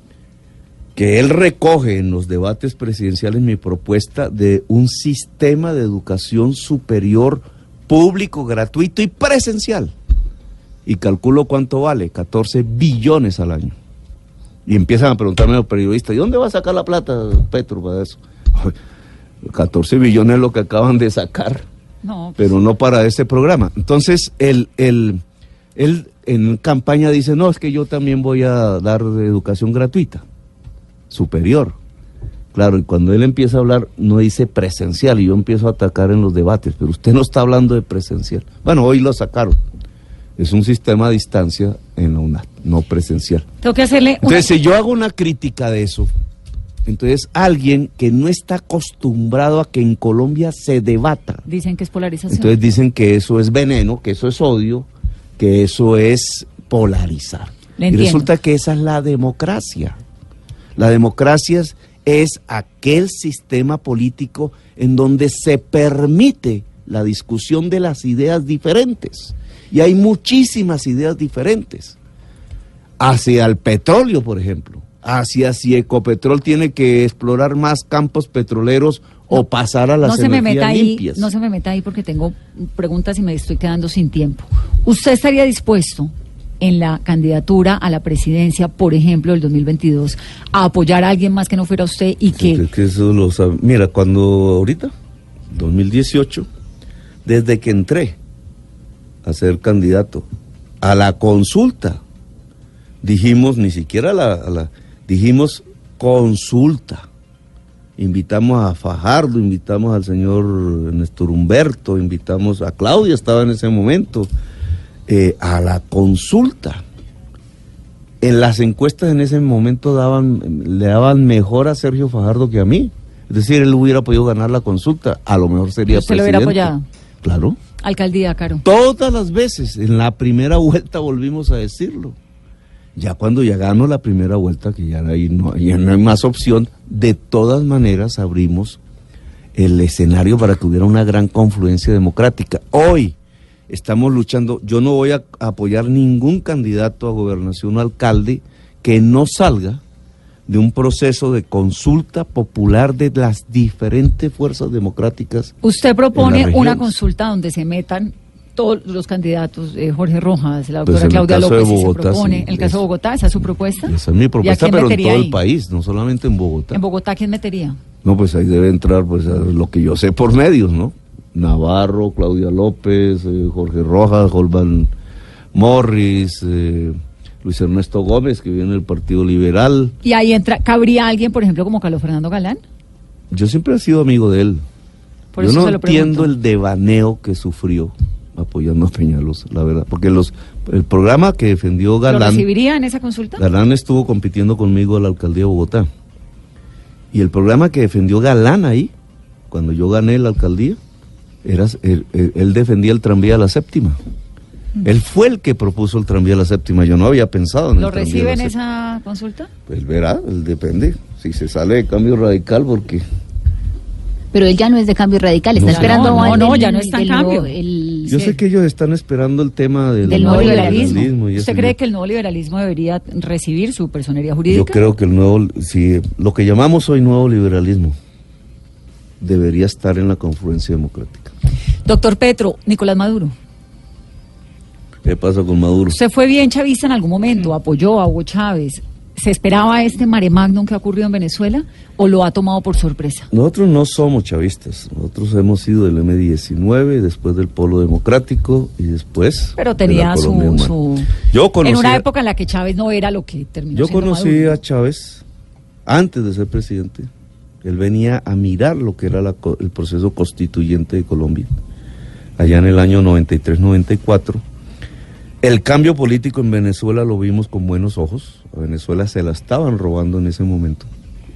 Speaker 6: que él recoge en los debates presidenciales mi propuesta de un sistema de educación superior público, gratuito y presencial. Y calculo cuánto vale, catorce billones al año. Y empiezan a preguntarme a los periodistas, ¿y dónde va a sacar la plata, Petro, para eso? catorce billones es lo que acaban de sacar,
Speaker 5: No, pues,
Speaker 6: pero no para ese programa. Entonces, él, él, él en campaña dice, no, es que yo también voy a dar educación gratuita, superior. Claro, y cuando él empieza a hablar, no dice presencial, y yo empiezo a atacar en los debates, pero usted no está hablando de presencial. Bueno, hoy lo sacaron. Es un sistema a distancia en la U N A T, no presencial.
Speaker 5: tengo que hacerle una...
Speaker 6: Entonces, si yo hago una crítica de eso, entonces alguien que no está acostumbrado a que en Colombia se debata,
Speaker 5: Dicen que es polarización.
Speaker 6: entonces dicen que eso es veneno, que eso es odio, que eso es polarizar.
Speaker 5: Le
Speaker 6: Y
Speaker 5: entiendo.
Speaker 6: resulta que esa es la democracia. La democracia es, es aquel sistema político en donde se permite la discusión de las ideas diferentes. Y hay muchísimas ideas diferentes. Hacia el petróleo, por ejemplo. Hacia si Ecopetrol tiene que explorar más campos petroleros no, o pasar a las
Speaker 5: no se me
Speaker 6: energías
Speaker 5: meta ahí,
Speaker 6: limpias.
Speaker 5: No se me meta ahí porque tengo preguntas y me estoy quedando sin tiempo. ¿Usted estaría dispuesto en la candidatura a la presidencia, por ejemplo, del dos mil veintidós, a apoyar a alguien más que no fuera usted y que...
Speaker 6: Sí, que eso lo sabe. Mira, cuando ahorita, dos mil dieciocho, desde que entré a ser candidato a la consulta, dijimos, ni siquiera a la, a la, dijimos consulta, invitamos a Fajardo, invitamos al señor Néstor Humberto, invitamos a Claudia, estaba en ese momento, eh, a la consulta. En las encuestas en ese momento daban, le daban mejor a Sergio Fajardo que a mí, es decir, él hubiera podido ganar la consulta, a lo mejor sería
Speaker 5: ¿Usted
Speaker 6: presidente.
Speaker 5: lo hubiera apoyado?
Speaker 6: Claro.
Speaker 5: Alcaldía, Caro.
Speaker 6: Todas las veces, en la primera vuelta volvimos a decirlo. Ya cuando ya ganó la primera vuelta, que ya, ahí no, ya no hay más opción, de todas maneras abrimos el escenario para que hubiera una gran confluencia democrática. Hoy estamos luchando, yo no voy a apoyar ningún candidato a gobernación o alcalde que no salga de un proceso de consulta popular de las diferentes fuerzas democráticas.
Speaker 5: Usted propone
Speaker 6: en las
Speaker 5: una
Speaker 6: regiones.
Speaker 5: consulta donde se metan todos los candidatos, eh, Jorge Rojas, la
Speaker 6: Pues
Speaker 5: doctora
Speaker 6: en el
Speaker 5: Claudia
Speaker 6: caso de
Speaker 5: López, si se
Speaker 6: Bogotá,
Speaker 5: propone.
Speaker 6: sí,
Speaker 5: ¿El caso
Speaker 6: eso.
Speaker 5: de Bogotá, esa es su propuesta?
Speaker 6: Esa es mi
Speaker 5: ¿Y a
Speaker 6: propuesta,
Speaker 5: quién
Speaker 6: pero en
Speaker 5: metería
Speaker 6: todo
Speaker 5: ahí?
Speaker 6: el país, no solamente en Bogotá.
Speaker 5: ¿En Bogotá quién metería?
Speaker 6: No, pues ahí debe entrar pues a lo que yo sé por medios, ¿no? Navarro, Claudia López, eh, Jorge Rojas, Holman Morris, eh, Luis Ernesto Gómez, que viene del Partido Liberal.
Speaker 5: ¿Y ahí entra, cabría alguien, por ejemplo, como Carlos Fernando Galán?
Speaker 6: Yo siempre he sido amigo de él.
Speaker 5: Por
Speaker 6: yo
Speaker 5: eso
Speaker 6: no
Speaker 5: se lo
Speaker 6: entiendo
Speaker 5: pregunto.
Speaker 6: el devaneo que sufrió apoyando a Peñalosa, la verdad. Porque los el programa que defendió
Speaker 5: ¿Lo
Speaker 6: Galán...
Speaker 5: recibiría en esa consulta?
Speaker 6: Galán estuvo compitiendo conmigo a la alcaldía de Bogotá. Y el programa que defendió Galán ahí, cuando yo gané la alcaldía, era, él, él- él defendía el tranvía a la séptima. Él fue el que propuso el tranvía a la séptima. Yo no había pensado en
Speaker 5: ¿Lo
Speaker 6: el tranvía
Speaker 5: recibe
Speaker 6: a
Speaker 5: en
Speaker 6: la séptima.
Speaker 5: esa consulta?
Speaker 6: Pues verá, él depende. Si se sale de Cambio Radical, porque...
Speaker 7: Pero él ya no es de Cambio Radical, está
Speaker 6: No,
Speaker 7: esperando
Speaker 5: no,
Speaker 7: al
Speaker 5: no,
Speaker 7: del-
Speaker 5: ya no está en
Speaker 7: del nuevo-
Speaker 5: cambio.
Speaker 7: el-
Speaker 6: Yo
Speaker 5: Sí.
Speaker 6: sé que ellos están esperando el tema del,
Speaker 7: Del nuevo liberalismo.
Speaker 6: y
Speaker 5: ¿Usted
Speaker 6: eso.
Speaker 5: cree
Speaker 6: Yo-
Speaker 5: que el nuevo liberalismo debería recibir su personería
Speaker 6: Yo
Speaker 5: jurídica?
Speaker 6: creo que el nuevo, sí, lo que llamamos hoy nuevo liberalismo, debería estar en la confluencia democrática.
Speaker 5: Doctor Petro, Nicolás Maduro,
Speaker 6: ¿Qué pasa con Maduro?
Speaker 5: ¿usted fue bien chavista en algún momento? ¿Apoyó a Hugo Chávez? ¿Se esperaba este mare magnum que ha ocurrido en Venezuela o lo ha tomado por sorpresa?
Speaker 6: Nosotros no somos chavistas, nosotros hemos sido del eme diecinueve, después del Polo Democrático y después
Speaker 5: Pero tenía
Speaker 6: de la
Speaker 5: su,
Speaker 6: Colombia
Speaker 5: su...
Speaker 6: Yo conocí,
Speaker 5: en una época en la que Chávez no era lo que terminó
Speaker 6: Yo
Speaker 5: siendo
Speaker 6: conocí
Speaker 5: Maduro.
Speaker 6: a Chávez antes de ser presidente. Él venía a mirar lo que era la, el proceso constituyente de Colombia, allá en el año noventa y tres noventa y cuatro. El cambio político en Venezuela lo vimos con buenos ojos. A Venezuela se la estaban robando en ese momento.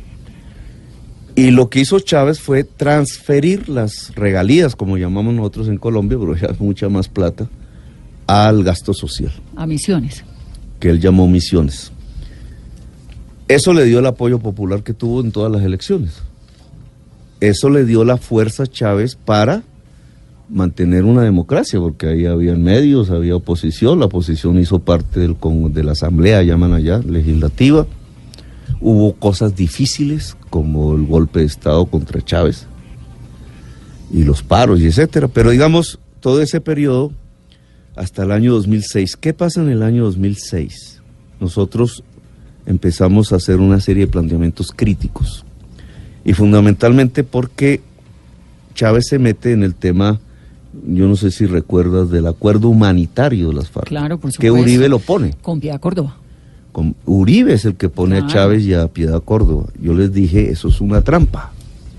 Speaker 6: Y lo que hizo Chávez fue transferir las regalías, como llamamos nosotros en Colombia, pero ya es mucha más plata, al gasto social.
Speaker 5: A Misiones.
Speaker 6: Que él llamó Misiones. Eso le dio el apoyo popular que tuvo en todas las elecciones. Eso le dio la fuerza a Chávez para mantener una democracia, porque ahí había medios, había oposición, la oposición hizo parte del, de la asamblea, llaman allá, legislativa. Hubo cosas difíciles, como el golpe de Estado contra Chávez, y los paros, y etcétera. Pero digamos, todo ese periodo, hasta el año dos mil seis. ¿Qué pasa en el año dos mil seis? Nosotros empezamos a hacer una serie de planteamientos críticos, y fundamentalmente porque Chávez se mete en el tema, yo no sé si recuerdas, del acuerdo humanitario de las FARC.
Speaker 5: Claro, por supuesto.
Speaker 6: Que Uribe lo pone.
Speaker 5: Con Piedad Córdoba.
Speaker 6: Con Uribe es el que pone
Speaker 5: Claro.
Speaker 6: a Chávez y a Piedad Córdoba. Yo les dije, eso es una trampa.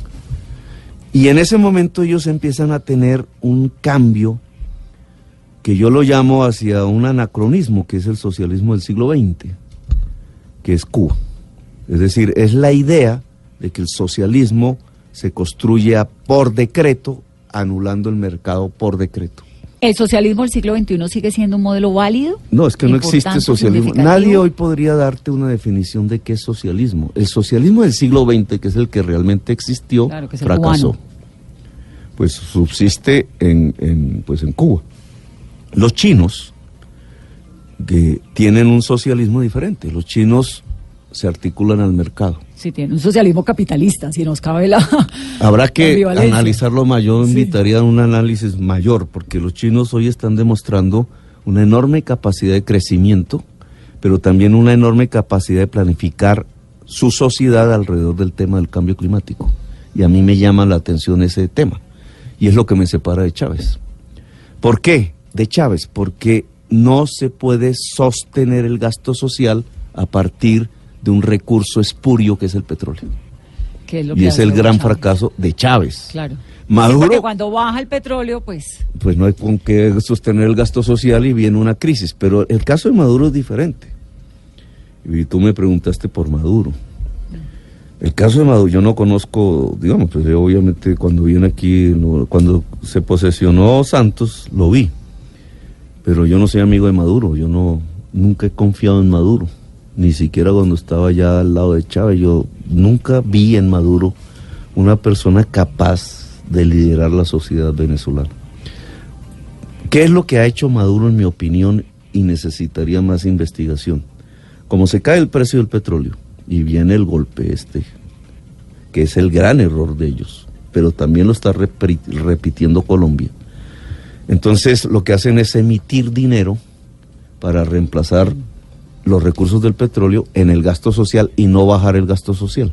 Speaker 6: Y en ese momento ellos empiezan a tener un cambio que yo lo llamo hacia un anacronismo, que es el socialismo del siglo veinte, que es Cuba. Es decir, es la idea de que el socialismo se construye a, por decreto, anulando el mercado por decreto.
Speaker 5: ¿El socialismo del siglo veintiuno sigue siendo un modelo válido?
Speaker 6: No, es que no existe
Speaker 5: Importante,
Speaker 6: socialismo.
Speaker 5: significativo.
Speaker 6: Nadie hoy podría darte una definición de qué es socialismo. El socialismo del siglo veinte, que es el que realmente existió,
Speaker 5: Claro, que es el
Speaker 6: fracasó.
Speaker 5: cubano.
Speaker 6: Pues subsiste en, en, pues en Cuba. Los chinos, que tienen un socialismo diferente. Los chinos se articulan al mercado.
Speaker 5: Sí, tiene un socialismo capitalista, si nos cabe la
Speaker 6: Habrá
Speaker 5: la
Speaker 6: que
Speaker 5: ambivalencia.
Speaker 6: analizarlo más. Yo
Speaker 5: Sí.
Speaker 6: invitaría a un análisis mayor, porque los chinos hoy están demostrando una enorme capacidad de crecimiento, pero también una enorme capacidad de planificar su sociedad alrededor del tema del cambio climático. Y a mí me llama la atención ese tema, y es lo que me separa de Chávez. ¿Por qué? De Chávez, porque no se puede sostener el gasto social a partir de un recurso espurio que es el petróleo.
Speaker 5: Que es lo
Speaker 6: Y
Speaker 5: que
Speaker 6: es
Speaker 5: hace
Speaker 6: el gran
Speaker 5: Chávez.
Speaker 6: fracaso de Chávez.
Speaker 5: Claro.
Speaker 6: Maduro,
Speaker 5: Sí, porque cuando baja el petróleo, pues...
Speaker 6: pues no hay con qué sostener el gasto social y viene una crisis. Pero el caso de Maduro es diferente. Y tú me preguntaste por Maduro. El caso de Maduro, yo no conozco, digamos, pues yo obviamente cuando viene aquí, no, cuando se posesionó Santos, lo vi. Pero yo no soy amigo de Maduro, yo no nunca he confiado en Maduro. Ni siquiera cuando estaba ya al lado de Chávez, yo nunca vi en Maduro una persona capaz de liderar la sociedad venezolana. ¿Qué es lo que ha hecho Maduro, en mi opinión, y necesitaría más investigación? Como se cae el precio del petróleo y viene el golpe este, que es el gran error de ellos, pero también lo está repri- repitiendo Colombia. Entonces lo que hacen es emitir dinero para reemplazar los recursos del petróleo en el gasto social y no bajar el gasto social.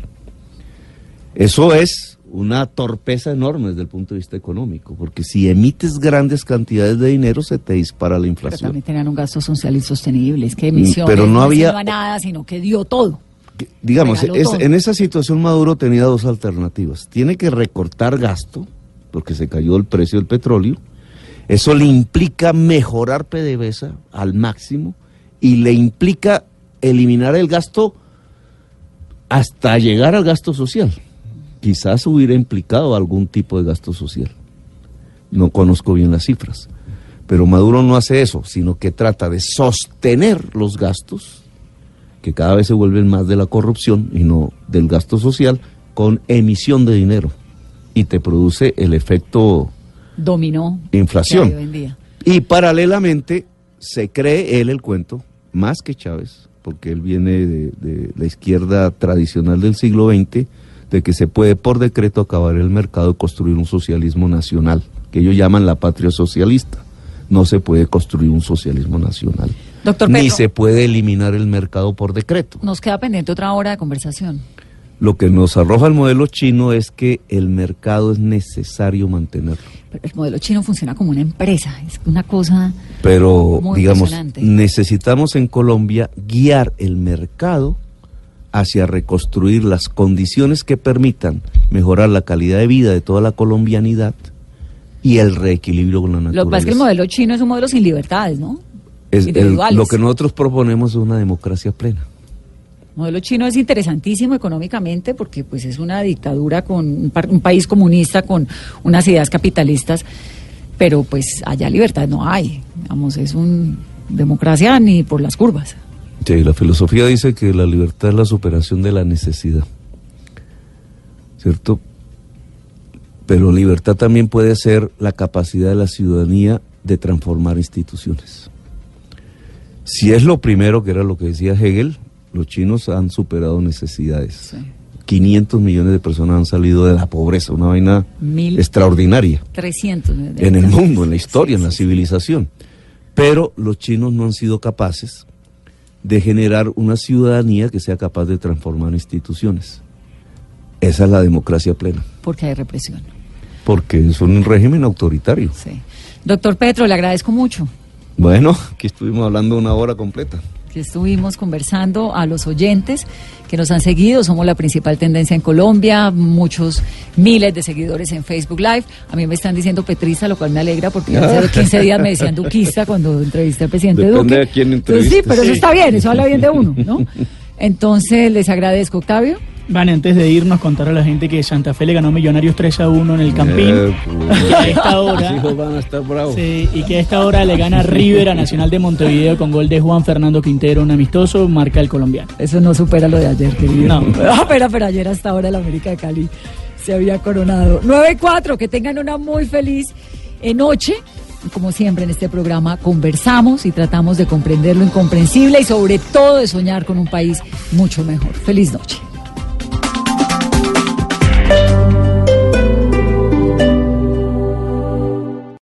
Speaker 6: Eso es una torpeza enorme desde el punto de vista económico, porque si emites grandes cantidades de dinero se te dispara la
Speaker 5: Pero
Speaker 6: inflación.
Speaker 5: también tenían un gasto social insostenible. Es que emisiones
Speaker 6: Pero no
Speaker 5: no
Speaker 6: había-
Speaker 5: hacía nada, sino que dio todo.
Speaker 6: Que, Digamos,
Speaker 5: Regaló
Speaker 6: es-
Speaker 5: todo.
Speaker 6: en esa situación Maduro tenía dos alternativas. Tiene que recortar gasto, porque se cayó el precio del petróleo. Eso le implica mejorar PDVSA al máximo y le implica eliminar el gasto hasta llegar al gasto social. Quizás hubiera implicado algún tipo de gasto social. No conozco bien las cifras. Pero Maduro no hace eso, sino que trata de sostener los gastos, que cada vez se vuelven más de la corrupción y no del gasto social, con emisión de dinero. Y te produce el efecto
Speaker 5: Dominó.
Speaker 6: inflación.
Speaker 5: que hay hoy en día.
Speaker 6: Y paralelamente se cree él el cuento, más que Chávez, porque él viene de, de la izquierda tradicional del siglo veinte, de que se puede por decreto acabar el mercado y construir un socialismo nacional, que ellos llaman la patria socialista. No se puede construir un socialismo nacional.
Speaker 5: Doctor
Speaker 6: ni
Speaker 5: Petro,
Speaker 6: se puede eliminar el mercado por decreto.
Speaker 5: nos queda pendiente otra hora de conversación.
Speaker 6: Lo que nos arroja el modelo chino es que el mercado es necesario mantenerlo.
Speaker 5: Pero el modelo chino funciona como una empresa, es una cosa
Speaker 6: Pero,
Speaker 5: muy
Speaker 6: digamos,
Speaker 5: impresionante.
Speaker 6: necesitamos en Colombia guiar el mercado hacia reconstruir las condiciones que permitan mejorar la calidad de vida de toda la colombianidad y el reequilibrio con la naturaleza.
Speaker 5: Lo que pasa es que el modelo chino es un modelo sin libertades, ¿no?
Speaker 6: Es el-
Speaker 5: individuales.
Speaker 6: lo que nosotros proponemos es una democracia plena.
Speaker 5: El modelo chino es interesantísimo económicamente porque pues es una dictadura con un, par- un país comunista con unas ideas capitalistas, pero pues allá libertad no hay, digamos, es un democracia ni por las curvas.
Speaker 6: Sí, la filosofía dice que la libertad es la superación de la necesidad, ¿cierto? Pero libertad también puede ser la capacidad de la ciudadanía de transformar instituciones. Si es lo primero, que era lo que decía Hegel, los chinos han superado necesidades.
Speaker 5: Sí.
Speaker 6: quinientos millones de personas han salido de la pobreza, una vaina
Speaker 5: Mil
Speaker 6: extraordinaria
Speaker 5: trescientos de-
Speaker 6: en el mundo, en la historia,
Speaker 5: Sí,
Speaker 6: en la
Speaker 5: sí, sí.
Speaker 6: civilización. Pero los chinos no han sido capaces de generar una ciudadanía que sea capaz de transformar instituciones. Esa es la democracia plena,
Speaker 5: Porque hay represión.
Speaker 6: porque es un régimen autoritario.
Speaker 5: Sí. Doctor Petro, le agradezco mucho
Speaker 6: Bueno, aquí estuvimos hablando una hora completa.
Speaker 5: que estuvimos conversando a los oyentes que nos han seguido. Somos la principal tendencia en Colombia, muchos miles de seguidores en Facebook Live. A mí me están diciendo petrista, lo cual me alegra porque hace quince días me decían duquista cuando entrevisté al presidente
Speaker 6: Depende
Speaker 5: Duque.
Speaker 6: de quién
Speaker 5: Entonces, sí,
Speaker 6: entrevistes.
Speaker 5: pero eso
Speaker 8: Sí.
Speaker 5: está bien, eso habla bien de uno, ¿no? Entonces, les agradezco, Octavio.
Speaker 8: Vane, antes de irnos, contar a la gente que Santa Fe le ganó a Millonarios tres a uno en el Campín.
Speaker 6: Eh,
Speaker 8: Y a esta
Speaker 6: Los
Speaker 8: hora,
Speaker 6: hijos van a estar bravos.
Speaker 8: sí, y que a esta hora le gana River a Nacional de Montevideo con gol de Juan Fernando Quintero, un amistoso, marca el colombiano.
Speaker 5: Eso no supera lo de ayer, querido.
Speaker 8: No.
Speaker 5: Ah, pero, pero ayer hasta ahora el América de Cali se había coronado. nueve cuatro, que tengan una muy feliz eh, noche. Y como siempre en este programa conversamos y tratamos de comprender lo incomprensible y sobre todo de soñar con un país mucho mejor. Feliz noche.